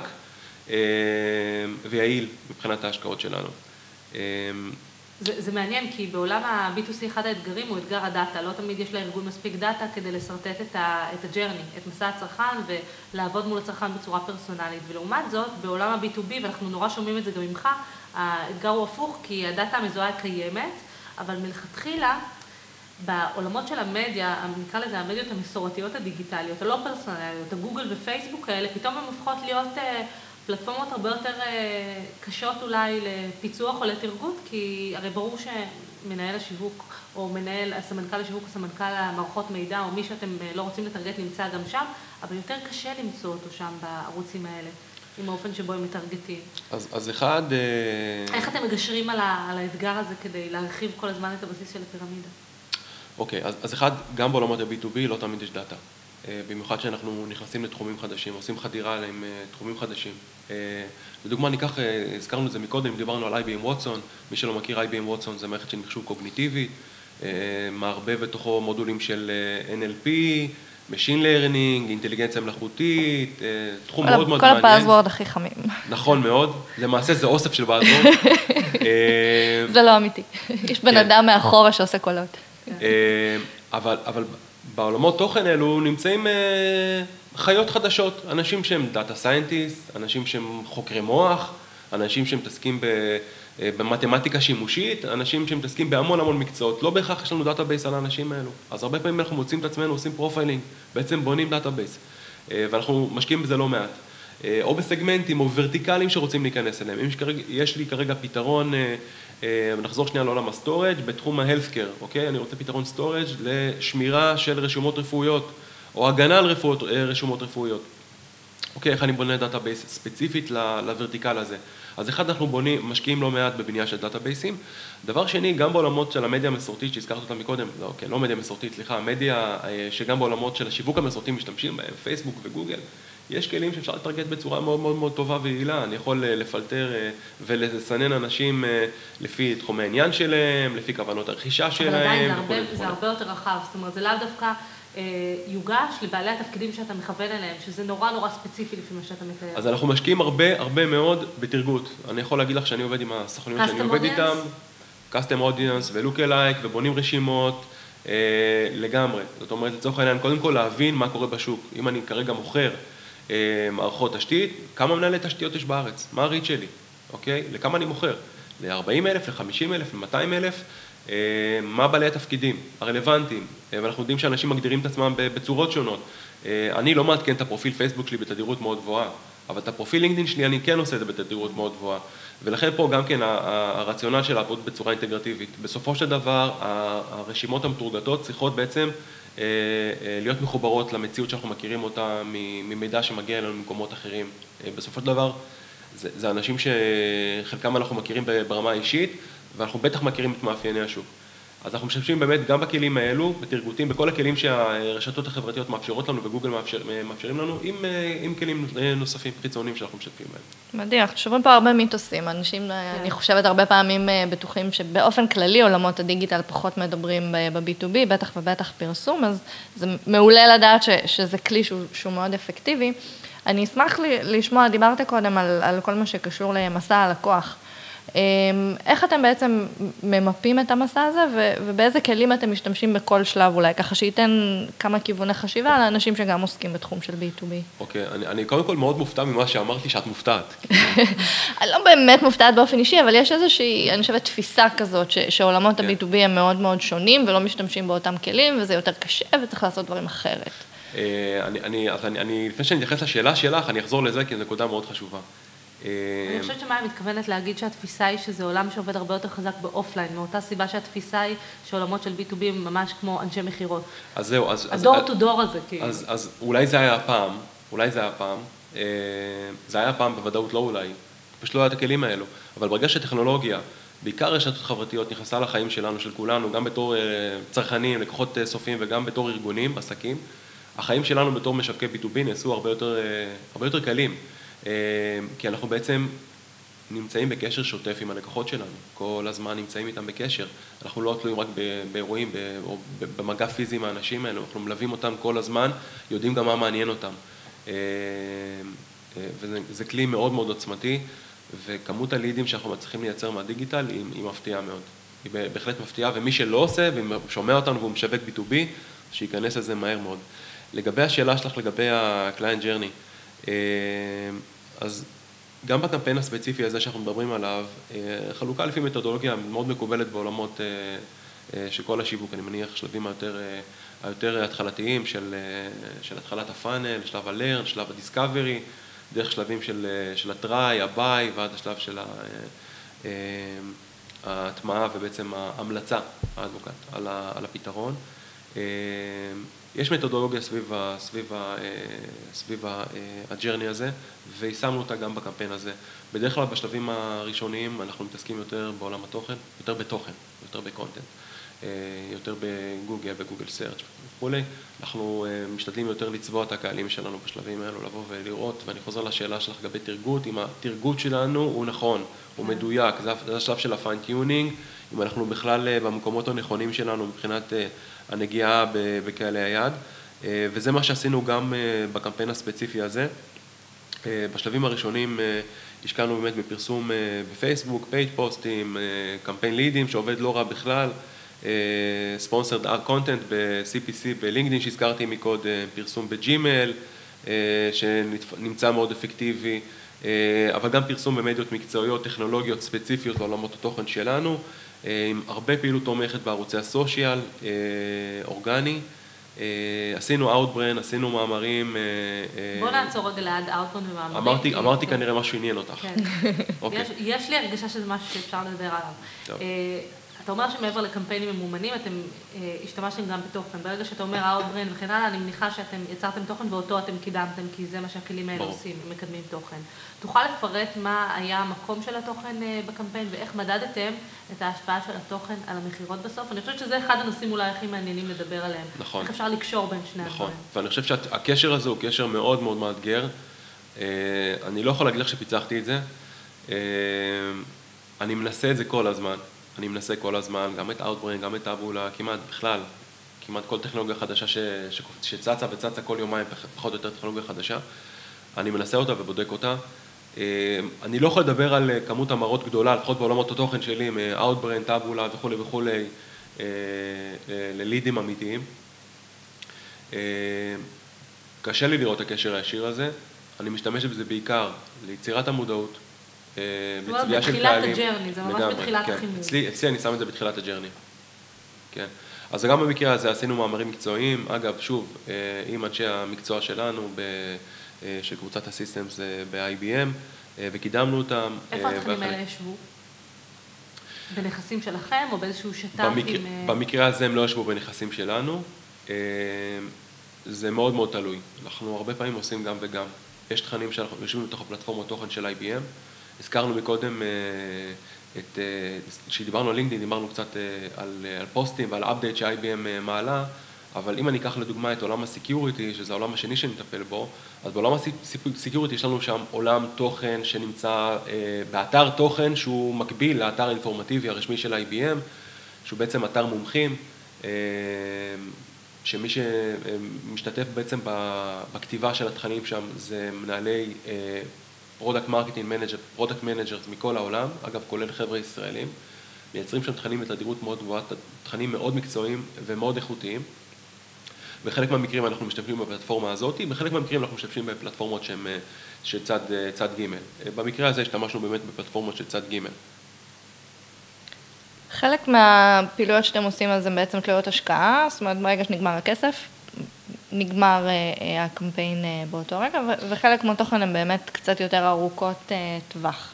ויעיל מבחינת ההשקעות שלנו.
זה מעניין, כי בעולם ה-B2C אחד האתגרים הוא אתגר הדאטה, לא תמיד יש לארגון מספיק דאטה כדי לסרטט את הג'רני, את מסע הצרכן ולעבוד מול הצרכן בצורה פרסונלית. ולעומת זאת, בעולם ה-B2B, ואנחנו נורא שומעים את זה גם ממך, האתגר הוא הפוך, כי הדאטה המזוהה קיימת, אבל מלכתחילה, בעולמות של המדיה, נקרא לזה המדיות המסורתיות הדיגיטליות, הלא פרסונליות, הגוגל ופייסבוק האלה, פתאום הן הופכות להיות פלטפורמות הרבה יותר קשות אולי לפיצוח או לתרגות, כי הרי ברור שמנהל השיווק או מנהל, הסמנכ"ל השיווק או סמנכ"ל המערכות מידע או מי שאתם לא רוצים לטרגט נמצא גם שם, אבל יותר קשה למצוא אותו שם בערוצים האלה, עם האופן שבו הם מטרגטים.
אז אחד...
איך אתם מגשרים על האתגר הזה כדי להרחיב כל הזמן את הבסיס של הפירמידה?
אוקיי, אז אחד, גם בעולמות ה-B2B לא תמיד יש דאטה. במיוחד שאנחנו נכנסים לתחומים חדשים, עושים חדירה עם תחומים חדשים. לדוגמה, ניקח, הזכרנו את זה מקודם, דיברנו על IBM Watson, מי שלא מכיר IBM Watson זה מערכת של מחשוב קוגניטיבי, מערבב בתוכו מודולים של NLP, Machine Learning, אינטליגנציה מלאכותית, תחום מאוד מאוד מעניין.
כל הבאזוורד הכי חמים.
נכון מאוד, למעשה זה אוסף של באזוורד.
זה לא אמיתי, יש בן אדם מאחורה שעושה קולות.
אבל בעולמות תוכן אלו נמצאים חיות חדשות, אנשים שהם דאטה סיינטיסט, אנשים שהם חוקרי מוח, אנשים שמתעסקים במתמטיקה שימושית, אנשים שמתעסקים בהמון מקצועות, לא בהכרח יש לנו דאטאבייס על האנשים האלו, אז הרבה פעמים אנחנו מוצאים את עצמנו, עושים פרופיילינג, בעצם בונים דאטאבייס, ואנחנו משקיעים בזה לא מעט, או בסגמנטים או ורטיקלים שרוצים להיכנס אליהם, יש לי כרגע פתרון, נחזור שנייה לעולם הסטורג' בתחום ה-healthcare, אוקיי? אני רוצה פתרון סטורג' לשמירה של רשומות רפואיות, או הגנה על רשומות רפואיות. אוקיי, איך אני בונה דאטאבייס ספציפית לוורטיקל הזה? אז אחד, אנחנו משקיעים לא מעט בבנייה של דאטאבייסים. דבר שני, גם בעולמות של המדיה המסורתית, שהזכרת אותה מקודם, לא מדיה מסורתית, סליחה, המדיה שגם בעולמות של השיווק המסורתי משתמשים בהם, פייסבוק וגוגל, יש כלים שאפשר לטרגט בצורה מאוד מאוד מאוד טובה ויעילה. אני יכול לפלטר ולסנן אנשים לפי תחומי העניין שלהם, לפי כוונות הרכישה שלהם.
אבל עדיין זה הרבה יותר רחב, זאת אומרת, זה לאו דווקא יוגש לבעלי התפקידים שאתה מכוון אליהם, שזה נורא נורא ספציפי לפי מה שאתה מתאר.
אז אנחנו משקיעים הרבה מאוד בתרגות. אני יכול להגיד לך שאני עובד עם הסוכנים שאני עובד איתם, custom audience ו-look alike, ובונים רשימות לגמרי. זאת אומרת, לצורך העניין, קודם כל להבין מה קורה בשוק. אם אני כרגע מוכר מערכות תשתית, כמה מנהלי תשתיות יש בארץ? מה הריט שלי? אוקיי? לכמה אני מוכר? ל-40,000, ל-50,000, ל-200,000? מה בעלי התפקידים הרלוונטיים? ואנחנו יודעים שאנשים מגדירים את עצמם בצורות שונות. אני לא מעדכן את הפרופיל פייסבוק שלי בתדירות מאוד גבוהה, אבל את הפרופיל לינקדאין שלי אני כן עושה את זה בתדירות מאוד גבוהה. ולכן פה גם כן הרציונל של לעבוד בצורה אינטגרטיבית. בסופו של דבר, הרשימות המתורגתות צריכות בעצם להיות מחוברות למציאות שאנחנו מכירים אותה ממידע שמגיע אלינו ממקומות אחרים. בסופו של דבר, זה אנשים שחלקם אנחנו מכירים ברמה האישית, ואנחנו בטח מכירים את מאפייני השוק. אז אנחנו משתמשים באמת גם בכלים האלו, בתרגותים, בכל הכלים שהרשתות החברתיות מאפשרות לנו וגוגל מאפשרים לנו, עם כלים נוספים, חיצוניים שאנחנו משתפים בהם.
מדהים, אנחנו שומעים פה הרבה מיתוסים, אנשים, אני חושבת הרבה פעמים בטוחים שבאופן כללי עולמות הדיגיטל פחות מדברים ב-B2B, בטח ובטח פרסום, אז זה מעולה לדעת שזה כלי שהוא מאוד אפקטיבי. אני אשמח לשמוע, דיברת קודם על כל מה שקשור למסע הלקוח. איך אתם בעצם ממפים את המסע הזה, ובאיזה כלים אתם משתמשים בכל שלב אולי, ככה שייתן כמה כיווני חשיבה לאנשים שגם עוסקים בתחום של B2B.
אוקיי, אני קודם כל מאוד מופתע ממה שאמרתי שאת מופתעת.
אני לא באמת מופתעת באופן אישי, אבל יש איזושהי, אני חושבת, תפיסה כזאת, שעולמות ה-B2B הם מאוד מאוד שונים, ולא משתמשים באותם כלים, וזה יותר קשה, וצריך לעשות דברים אחרת.
לפני שאני אתייחס לשאלה שלך, אני אחזור לזה, כי זו נקודה מאוד חשובה.
אני חושבת שמה אני מתכוונת להגיד שהתפיסה היא שזה עולם שעובד הרבה יותר חזק באופליין, מאותה סיבה שהתפיסה היא שעולמות של B2B הם ממש כמו אנשי מחירות.
אז זהו,
הדור טו דור הזה, כאילו.
אז אולי זה היה פעם, זה היה פעם בוודאות לא אולי, פשוט לא היה את הכלים האלו, אבל ברגע שהטכנולוגיה, בעיקר רשתות חברתיות, נכנסה לחיים שלנו, של כולנו, גם בתור צרכנים, לקוחות סופיים וגם בתור ארגונים, עסקים, החיים שלנו בתור משווקי B2B נעשו הרבה יותר קלים. כי אנחנו בעצם נמצאים בקשר שוטף עם הלקוחות שלנו, כל הזמן נמצאים איתם בקשר, אנחנו לא תלויים רק באירועים או במגע פיזי עם האנשים האלו, אנחנו מלווים אותם כל הזמן, יודעים גם מה מעניין אותם, וזה כלי מאוד מאוד עוצמתי, וכמות הלידים שאנחנו מצליחים לייצר מהדיגיטל היא מפתיעה מאוד, היא בהחלט מפתיעה, ומי שלא עושה ושומע אותנו והוא משווק B2B, שייכנס לזה מהר מאוד. לגבי השאלה שלך לגבי ה-Client Journey, אז גם בקמפיין הספציפי הזה שאנחנו מדברים עליו, חלוקה לפי מתודולוגיה מאוד מקובלת בעולמות של כל השיווק, אני מניח שלבים היותר התחלתיים של התחלת הפאנל, שלב ה-learn, שלב ה-discovery, דרך שלבים של ה-try, ה-buy ועד השלב של ההטמעה ובעצם ההמלצה האדבוקט על הפתרון. יש מתודולוגיה סביב הג'רני הזה, ויישמנו אותה גם בקמפיין הזה. בדרך כלל בשלבים הראשוניים אנחנו מתעסקים יותר בעולם התוכן, יותר בתוכן, יותר בקונטנט, יותר בגוגל, בגוגל סרצ' וכולי. אנחנו משתדלים יותר לצבוע את הקהלים שלנו בשלבים האלו, לבוא ולראות, ואני חוזר לשאלה שלך לגבי תרגות, אם התרגות שלנו הוא נכון, הוא מדויק, זה השלב של הפיין-טיונינג, אם אנחנו בכלל במקומות הנכונים שלנו מבחינת הנגיעה בקהלי היד, וזה מה שעשינו גם בקמפיין הספציפי הזה. בשלבים הראשונים השקענו באמת בפרסום בפייסבוק, פייג' פוסטים, קמפיין לידים שעובד לא רע בכלל, ספונסרד קונטנט ב-CPC בלינקדין שהזכרתי מקודם, פרסום בג'ימייל שנמצא מאוד אפקטיבי, אבל גם פרסום במדיות מקצועיות, טכנולוגיות ספציפיות לעולמות התוכן שלנו, עם הרבה פעילות תומכת בערוצי הסושיאל, אורגני, עשינו אאוטברן, עשינו מאמרים.
בוא נעצור רגע ליד אאוטברן ומאמרים.
אמרתי כנראה משהו עניין אותך.
כן. יש לי הרגשה שזה משהו שאפשר לדבר עליו. אתה אומר שמעבר לקמפיינים ממומנים, אתם השתמשתם גם בתוכן. ברגע שאתה אומר אאוטברן וכן הלאה, אני מניחה שאתם יצרתם תוכן ואותו אתם קידמתם, כי זה מה שהכלים האלה עושים, מקדמים תוכן. תוכל לפרט מה היה המקום של התוכן בקמפיין, ואיך מדדתם את ההשפעה של התוכן על המחירות בסוף? אני חושבת שזה אחד הנושאים אולי הכי מעניינים לדבר עליהם.
נכון.
איך אפשר לקשור בין שני הדברים.
נכון, ואני חושב שהקשר הזה הוא קשר מאוד מאוד מאתגר. אני לא יכול להגיד לך שפיצחתי את זה. אני מנסה את זה כל הזמן. אני מנסה כל הזמן, גם את Outbrain, גם את טאבולה, כמעט בכלל, כמעט כל טכנולוגיה חדשה שצצה וצצה כל יומיים פחות או יותר טכנולוגיה חדשה. אני מנסה אותה ובודק אותה. אני לא יכול לדבר על כמות המרות גדולה, לפחות בעולמות התוכן שלי, מ-Outbrain, טאבולה וכו' וכו', ללידים אמיתיים. קשה לי לראות את הקשר הישיר הזה, אני משתמש בזה בעיקר ליצירת המודעות, לצביעה של קהלים.
בתחילת הג'רני, זה ממש בתחילת החימום.
אצלי אני שם את זה בתחילת הג'רני. כן. אז גם במקרה הזה עשינו מאמרים מקצועיים, אגב, שוב, עם אנשי המקצוע שלנו, של קבוצת הסיסטמס ב-IBM, וקידמנו אותם.
איפה התכנים האלה ישבו? בנכסים שלכם או באיזשהו שטח עם...
במקרה הזה הם לא ישבו בנכסים שלנו, זה מאוד מאוד תלוי. אנחנו הרבה פעמים עושים גם וגם. יש תכנים שאנחנו יושבים בתוך הפלטפורמות תוכן של IBM, הזכרנו מקודם, כשדיברנו על לינקדאין, דיברנו קצת על פוסטים ועל אפדייט ש-IBM מעלה, אבל אם אני אקח לדוגמה את עולם הסקיוריטי, שזה העולם השני שאני מטפל בו, אז בעולם הסקיוריטי יש לנו שם עולם תוכן שנמצא באתר תוכן שהוא מקביל לאתר האינפורמטיבי הרשמי של IBM, שהוא בעצם אתר מומחים, שמי שמשתתף בעצם בכתיבה של התכנים שם זה מנהלי פרודקט מנג'רס מכל העולם, אגב כולל חבר'ה ישראלים, מייצרים שם תכנים בתדירות מאוד גבוהה, תכנים מאוד מקצועיים ומאוד איכותיים. בחלק מהמקרים אנחנו משתמשים בפלטפורמה הזאת, בחלק מהמקרים אנחנו משתמשים בפלטפורמות שהן צד ג'. במקרה הזה השתמשנו באמת בפלטפורמות של צד ג'.
חלק מהפעילויות שאתם עושים אז זה בעצם תלויות השקעה, זאת אומרת ברגע שנגמר הכסף, נגמר הקמפיין באותו רגע, וחלק מהתוכן הן באמת קצת יותר ארוכות טווח.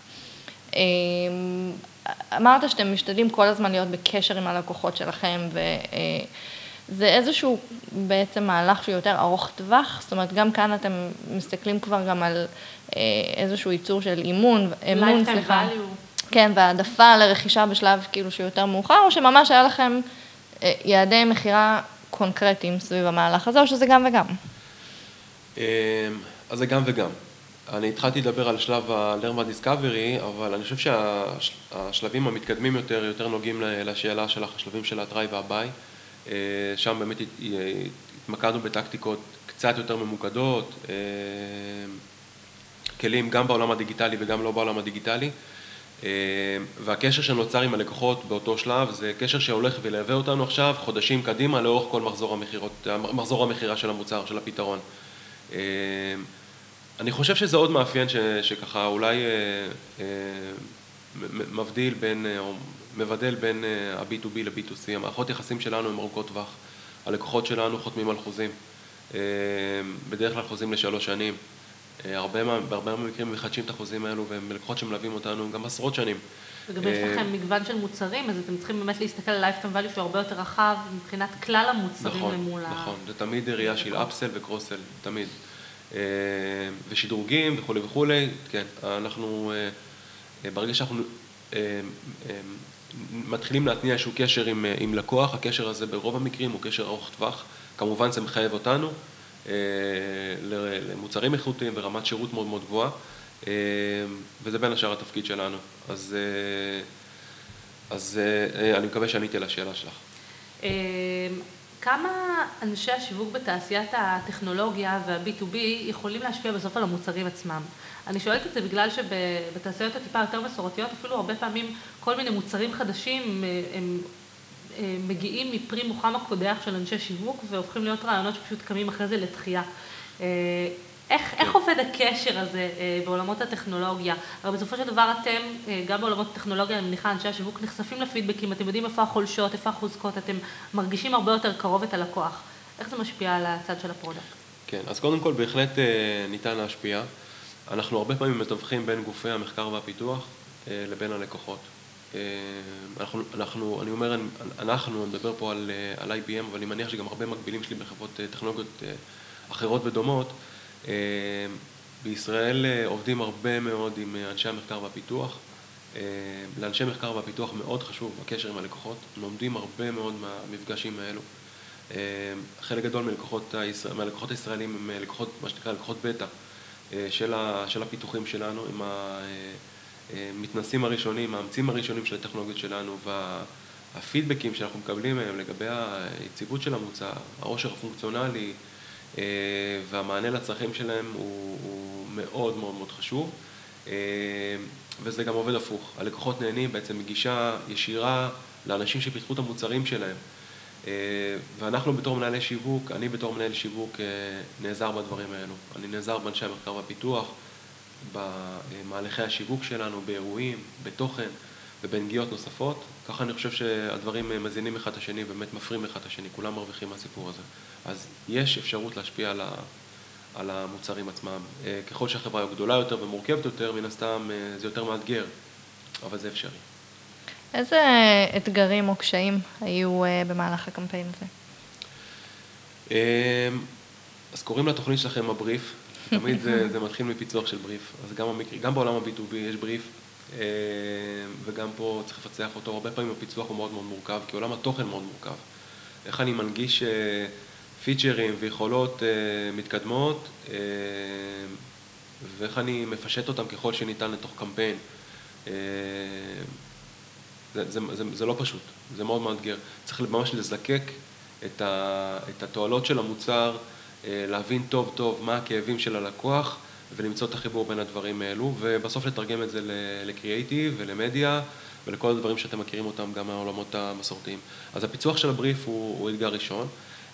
אמרת שאתם משתדלים כל הזמן להיות בקשר עם הלקוחות שלכם, וזה איזשהו בעצם מהלך שהוא יותר ארוך טווח, זאת אומרת גם כאן אתם מסתכלים כבר גם על איזשהו ייצור של אמון, סליחה. כן, והעדפה לרכישה בשלב כאילו שהוא יותר מאוחר, או שממש היה לכם יעדי מחירה קונקרטיים סביב המהלך הזה, או שזה גם וגם?
אז זה גם וגם. אני התחלתי לדבר על שלב ה-Learn וה-Discovery, אבל אני חושב שהשלבים המתקדמים יותר נוגעים לשאלה של השלבים של ה-Try וה-Buy. שם באמת התמקדנו בטקטיקות קצת יותר ממוקדות, כלים גם בעולם הדיגיטלי וגם לא בעולם הדיגיטלי. והקשר שנוצר עם הלקוחות באותו שלב זה קשר שהולך ולהווה אותנו עכשיו חודשים קדימה לאורך כל מחזור המחירה של המוצר, של הפתרון. אני חושב שזה עוד מאפיין שככה אולי מבדל בין ה-B2B ל-B2C. המערכות יחסים שלנו הם ארוכות טווח. הלקוחות שלנו חותמים על חוזים. בדרך כלל חוזים ל3 שנים. בהרבה מקרים מחדשים את החוזים האלו, והם לקוחות שמלווים אותנו גם עשרות שנים.
וגם יש לכם מגוון של מוצרים, אז אתם צריכים באמת להסתכל על lifetime value שהוא הרבה יותר רחב, מבחינת כלל המוצרים למול ה...
נכון, זה תמיד ראייה של אפסל וקרוסל, תמיד. ושדרוגים וכו' וכו', כן, אנחנו, ברגע שאנחנו מתחילים להתניע איזשהו קשר עם לקוח, הקשר הזה ברוב המקרים הוא קשר ארוך טווח, כמובן זה מחייב אותנו, למוצרים איכותיים ברמת שירות מאוד מאוד גבוהה, וזה בין השאר התפקיד שלנו. אז אני מקווה שעניתי על השאלה שלך.
כמה אנשי השיווק בתעשיית הטכנולוגיה וה-B2B יכולים להשפיע בסוף על המוצרים עצמם? אני שואלת את זה בגלל שבתעשיות הטיפה יותר מסורתיות, אפילו הרבה פעמים כל מיני מוצרים חדשים הם מגיעים מפרי מוחם הקודח של אנשי שיווק, והופכים להיות רעיונות שפשוט קמים אחרי זה לתחייה. איך עובד הקשר הזה בעולמות הטכנולוגיה? הרי בסופו של דבר אתם, גם בעולמות הטכנולוגיה, אני מניחה, אנשי השיווק נחשפים לפידבקים, אתם יודעים איפה החולשות, איפה החוזקות, אתם מרגישים הרבה יותר קרוב את הלקוח. איך זה משפיע על הצד של הפרודקט?
כן, אז קודם כל בהחלט ניתן להשפיע. אנחנו הרבה פעמים מתווכים בין גופי המחקר והפיתוח לבין הלקוחות. אני אומר, אנחנו נדבר פה על IBM, אבל אני מניח שגם הרבה מקבילים שלי בחברות טכנולוגיות אחרות ודומות. בישראל עובדים הרבה מאוד עם אנשי המחקר והפיתוח. לאנשי מחקר והפיתוח מאוד חשוב הקשר עם הלקוחות. הם לומדים הרבה מאוד מהמפגשים האלו. חלק גדול מהלקוחות הישראלים הם לקוחות, מה שנקרא לקוחות בטא של הפיתוחים שלנו, עם המתנסים הראשונים, האמצים הראשונים של הטכנולוגיות שלנו הפידבקים שאנחנו מקבלים מהם לגבי היציבות של המוצר, העושר הפונקציונלי והמענה לצרכים שלהם הוא מאוד מאוד מאוד חשוב. וזה גם עובד הפוך. הלקוחות נהנים בעצם מגישה ישירה לאנשים שפיתחו את המוצרים שלהם. ואנחנו בתור מנהלי שיווק, אני בתור מנהל שיווק נעזר בדברים האלו. אני נעזר באנשי המחקר והפיתוח, במהלכי השיווק שלנו, באירועים, בתוכן ובנגיעות נוספות. ככה אני חושב שהדברים מזינים אחד את השני, באמת מפרים אחד את השני, כולם מרוויחים מהסיפור הזה. אז יש אפשרות להשפיע על המוצרים עצמם. ככל שהחברה היא גדולה יותר ומורכבת יותר, מן הסתם זה יותר מאתגר, אבל זה אפשרי.
איזה אתגרים או קשיים היו במהלך הקמפיין הזה?
אז קוראים לתוכנית שלכם הבריף, תמיד זה מתחיל מפיצוח של בריף. אז גם בעולם ה-B2B יש בריף, וגם פה צריך לפצח אותו. הרבה פעמים הפיצוח הוא מאוד מאוד מורכב, כי עולם התוכן מאוד מורכב. איך אני מנגיש פיצ'רים ויכולות מתקדמות, ואיך אני מפשט אותם ככל שניתן לתוך קמפיין. זה לא פשוט, זה מאוד מאתגר. צריך ממש לזקק את התועלות של המוצר, להבין טוב טוב מה הכאבים של הלקוח, ולמצוא את החיבור בין הדברים האלו, ובסוף לתרגם את זה לקריאייטיב ולמדיה, ולכל הדברים שאתם מכירים אותם גם מהעולמות המסורתיים. אז הפיצוח של הבריף הוא אתגר ראשון.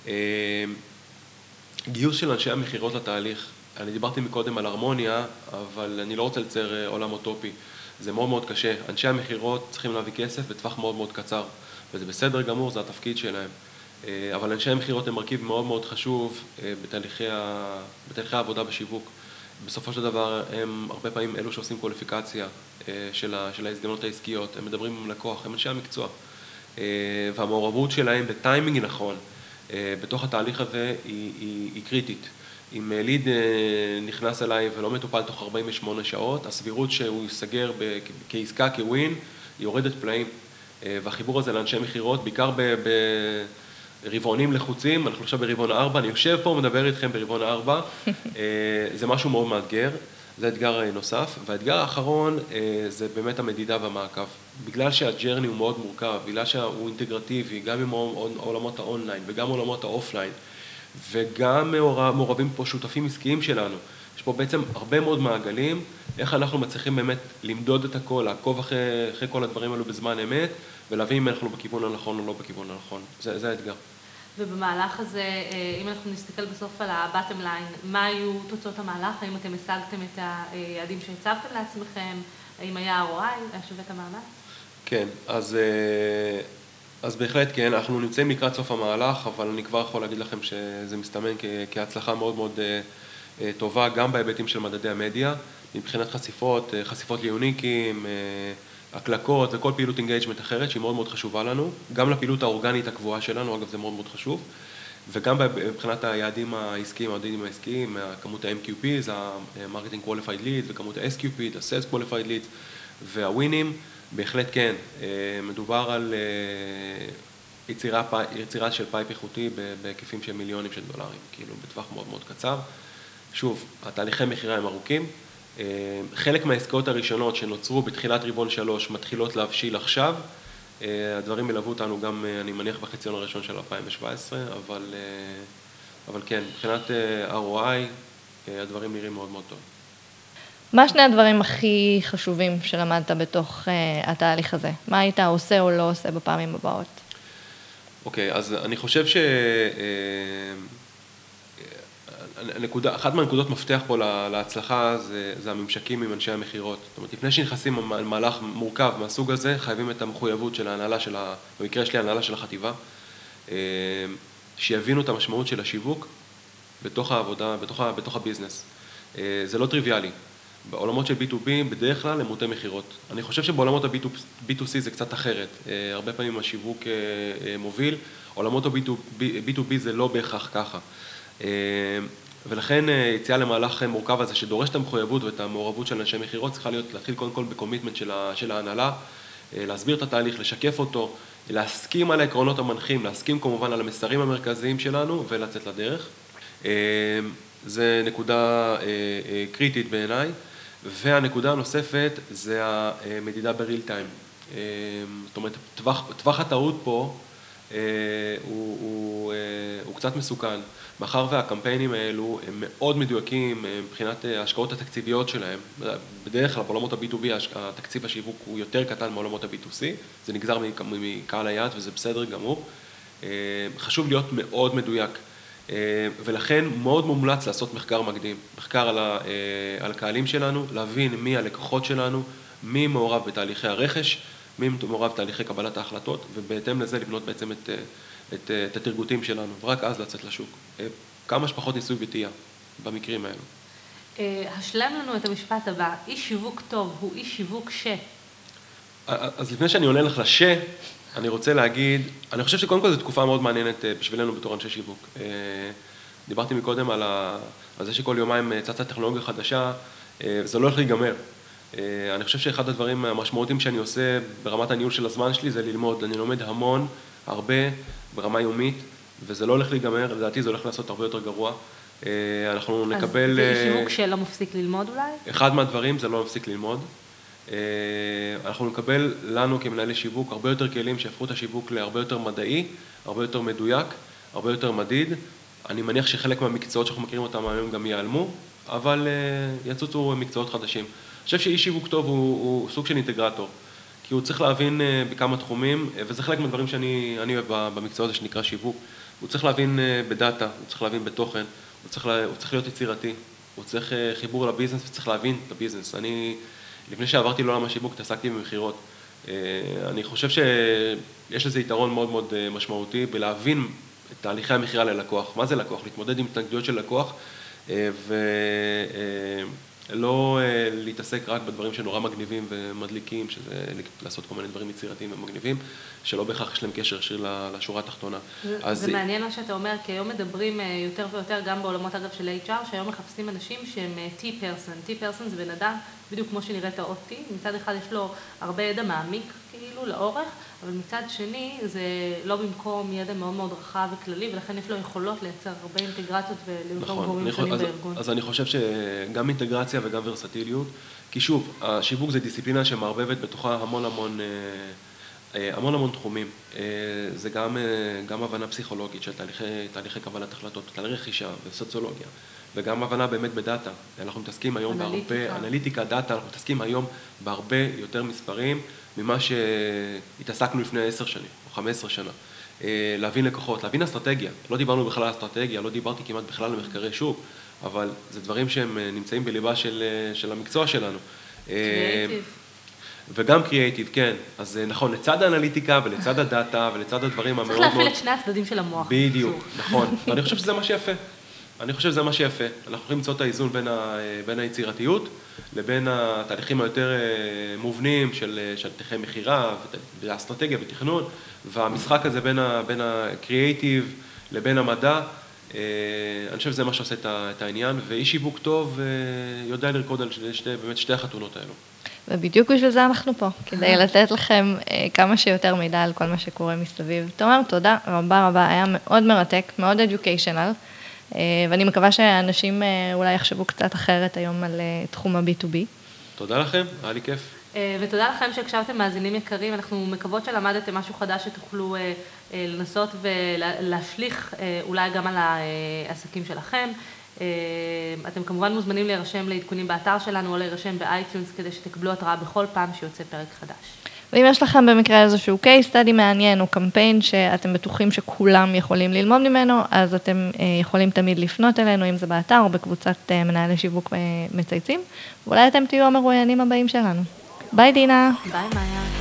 גיוס של אנשי המכירות לתהליך. אני דיברתי מקודם על הרמוניה, אבל אני לא רוצה לצייר עולם אוטופי. זה מאוד מאוד קשה. אנשי המכירות צריכים להביא כסף בטווח מאוד מאוד קצר, וזה בסדר גמור, זה התפקיד שלהם. אבל אנשי המכירות הם מרכיב מאוד מאוד חשוב בתהליכי העבודה בשיווק. בסופו של דבר הם הרבה פעמים אלו שעושים קוליפיקציה של ההזדמנות העסקיות, הם מדברים עם לקוח, הם אנשי המקצוע. והמעורבות שלהם בטיימינג נכון, בתוך התהליך הזה היא קריטית. אם ליד נכנס אליי ולא מטופל תוך 48 שעות, הסבירות שהוא ייסגר כעסקה, כווין, היא יורדת פלאים. והחיבור הזה לאנשי מכירות, בעיקר ברבעונים לחוצים, אנחנו עכשיו ברבעון 4, אני יושב פה ומדבר איתכם ברבעון 4, זה משהו מאוד מאתגר, זה אתגר נוסף. והאתגר האחרון זה באמת המדידה והמעקב. בגלל שהג'רני הוא מאוד מורכב, בגלל שהוא אינטגרטיבי, גם עם עולמות האונליין וגם עולמות האופליין, וגם מעורבים פה שותפים עסקיים שלנו. יש פה בעצם הרבה מאוד מעגלים, איך אנחנו מצליחים באמת למדוד את הכל, לעקוב אחרי כל הדברים האלו בזמן אמת, ולהבין אם אנחנו בכיוון הנכון או לא בכיוון הנכון. זה האתגר.
ובמהלך הזה, אם אנחנו נסתכל בסוף על ה-bottom line, מה היו תוצאות המהלך? האם אתם השגתם את היעדים שהצבתם לעצמכם? האם היה ROI? היה שווה את המאמץ?
כן, אז בהחלט כן, אנחנו נמצאים לקראת סוף המהלך, אבל אני כבר יכול להגיד לכם שזה מסתמן כהצלחה מאוד מאוד טובה, גם בהיבטים של מדדי המדיה, מבחינת חשיפות ליוניקים, הקלקות וכל פעילות אינגייג'מנט אחרת שהיא מאוד מאוד חשובה לנו, גם לפעילות האורגנית הקבועה שלנו, אגב זה מאוד מאוד חשוב, וגם מבחינת היעדים העסקיים, כמות ה-MQPs, ה-Marketing Qualified Leads, וכמות ה-SQP, ה-Sales Qualified Leads, והווינים, בהחלט כן, מדובר על יצירה של פייפ איכותי בהיקפים של מיליונים של דולרים, כאילו בטווח מאוד מאוד קצר. שוב, התהליכי מחירה הם ארוכים, חלק מהעסקאות הראשונות שנוצרו בתחילת רבעון 3 מתחילות להבשיל עכשיו, הדברים ילוו אותנו גם, אני מניח, בחציון הראשון של 2017, אבל כן, מבחינת ROI, הדברים נראים מאוד מאוד טוב.
מה שני הדברים הכי חשובים שלמדת בתוך התהליך הזה? מה היית עושה או לא עושה בפעמים הבאות?
אוקיי, אז אני חושב אחת מהנקודות מפתח פה להצלחה זה הממשקים עם אנשי המכירות. זאת אומרת, לפני שנכנסים על מהלך מורכב מהסוג הזה, חייבים את המחויבות של ההנהלה במקרה שלי ההנהלה של החטיבה, שיבינו את המשמעות של השיווק בתוך העבודה, בתוך הביזנס. זה לא טריוויאלי. בעולמות של B2B בדרך כלל הם מוטי מחירות. אני חושב שבעולמות ה-B2C זה קצת אחרת. הרבה פעמים השיווק מוביל, עולמות ה-B2B זה לא בהכרח ככה. ולכן יציאה למהלך מורכב הזה שדורש את המחויבות ואת המעורבות של אנשי מחירות צריכה להתחיל קודם כל בקומיטמנט של ההנהלה, להסביר את התהליך, לשקף אותו, להסכים על העקרונות המנחים, להסכים כמובן על המסרים המרכזיים שלנו ולצאת לדרך. זה נקודה קריטית בעיניי. והנקודה הנוספת זה המדידה בריל טיים. זאת אומרת, טווח הטעות פה הוא קצת מסוכן, מאחר והקמפיינים האלו הם מאוד מדויקים מבחינת ההשקעות התקציביות שלהם, בדרך כלל בעולמות ה-B2B התקציב השיווק הוא יותר קטן מעולמות ה-B2C, זה נגזר מקהל היעד וזה בסדר גמור, חשוב להיות מאוד מדויק, ולכן מאוד מומלץ לעשות מחקר מקדים, מחקר על הקהלים שלנו, להבין מי הלקוחות שלנו, מי מעורב בתהליכי הרכש, מי מעורב בתהליכי קבלת ההחלטות, ובהתאם לזה לבנות בעצם את התרגותים שלנו, ורק אז לצאת לשוק. כמה שפחות ניסוי וטעייה במקרים האלו.
השלם לנו את המשפט הבא, איש שיווק טוב הוא איש שיווק
אז לפני שאני עונה לך אני רוצה להגיד, אני חושב שקודם כל זו תקופה מאוד מעניינת בשבילנו בתור אנשי שיווק. דיברתי מקודם על זה שכל יומיים צצה טכנולוגיה חדשה, זה לא הולך להיגמר. אני חושב שאחד הדברים המשמעותיים שאני עושה ברמת הניהול של הזמן שלי זה ללמוד. אני לומד המון, הרבה, ברמה יומית, וזה לא הולך להיגמר, לדעתי זה הולך לעשות הרבה יותר גרוע. אנחנו נקבל...
אז זה שיווק שלא מפסיק ללמוד אולי?
אחד מהדברים זה לא מפסיק ללמוד. אנחנו נקבל לנו כמנהלי שיווק הרבה יותר כלים שיהפכו את השיווק להרבה יותר מדעי, הרבה יותר מדויק, הרבה יותר מדיד. אני מניח שחלק מהמקצועות שאנחנו מכירים אותם היום גם ייעלמו, אבל יצוצו מקצועות חדשים. אני חושב שאיש שיווק טוב הוא סוג של אינטגרטור, כי הוא צריך להבין בכמה תחומים, וזה חלק מהדברים שאני אוהב במקצוע הזה שנקרא שיווק. הוא צריך להבין בדאטה, הוא צריך להבין בתוכן, הוא צריך להיות יצירתי, הוא צריך חיבור לביזנס וצריך להבין את הביזנס. לפני שעברתי לעולם השיווק, התעסקתי במכירות. אני חושב שיש לזה יתרון מאוד מאוד משמעותי בלהבין את תהליכי המכירה ללקוח. מה זה לקוח? להתמודד עם התנגדויות של לקוח, ולא להתעסק רק בדברים שנורא מגניבים ומדליקים, שזה לעשות כל מיני דברים יצירתיים ומגניבים, שלא בהכרח יש להם קשר ישיר לשורה התחתונה.
זה מעניין מה שאתה אומר, כי היום מדברים יותר ויותר גם בעולמות אגב של HR, שהיום מחפשים אנשים שהם T-person. T-person זה בן אדם, בדיוק כמו שנראית האות T, מצד אחד יש לו הרבה ידע מעמיק, כאילו, לאורך, אבל מצד שני זה לא במקום ידע מאוד מאוד רחב וכללי, ולכן יש לו יכולות לייצר הרבה אינטגרציות ולמקום גורמים שונים בארגון.
אז אני חושב שגם אינטגרציה וגם ורסטיליות, כי שוב, השיווק זה דיסציפלינה שמערבבת בתוכה המון תחומים. זה גם הבנה פסיכולוגית של תהליכי קבלת החלטות, תהליכי רכישה וסוציולוגיה, וגם הבנה באמת בדאטה. אנחנו מתעסקים היום בהרבה, אנליטיקה, דאטה, אנחנו מתעסקים היום בהרבה יותר מספרים ממה שהתעסקנו לפני 10 שנים או 15 שנה. להבין לקוחות, להבין אסטרטגיה. לא דיברנו בכלל על אסטרטגיה, לא דיברתי כמעט בכלל על מחקרי שוק, אבל זה דברים שהם נמצאים בליבה של המקצוע שלנו.
קריאייטיב.
וגם קריאייטיב, כן. אז נכון, לצד האנליטיקה ולצד הדאטה ולצד הדברים המאוד מאוד...
צריך להפעיל את שני הצדדים של המוח.
בדיוק, נכון. ואני חושב שזה מה שיפה. אנחנו יכולים למצוא את האיזון בין היצירתיות לבין התהליכים היותר מובנים של תהליכי מכירה ואסטרטגיה ותכנון, והמשחק הזה בין הקריאייטיב לבין המדע, אני חושב שזה מה שעושה את העניין, ואיש שיווק טוב יודע לרקוד על באמת שתי החתונות האלו.
ובדיוק בשביל זה אנחנו פה, כדי לתת לכם כמה שיותר מידע על כל מה שקורה מסביב. תומר, תודה רבה רבה, היה מאוד מרתק, מאוד educational, ואני מקווה שאנשים אולי יחשבו קצת אחרת היום על תחום ה-B2B.
תודה לכם, היה לי כיף.
ותודה לכם שהקשבתם, מאזינים יקרים, אנחנו מקוות שלמדתם משהו חדש שתוכלו לנסות ולהשליך אולי גם על העסקים שלכם. אתם כמובן מוזמנים להירשם לעדכונים באתר שלנו או להירשם באייטיונס כדי שתקבלו התראה בכל פעם שיוצא פרק חדש.
ואם יש לכם במקרה איזשהו case study מעניין או קמפיין שאתם בטוחים שכולם יכולים ללמוד ממנו, אז אתם יכולים תמיד לפנות אלינו, אם זה באתר או בקבוצת מנהלי שיווק מצייצים, ואולי אתם תהיו המרואיינים הבאים שלנו. ביי דינה.
ביי מאיה.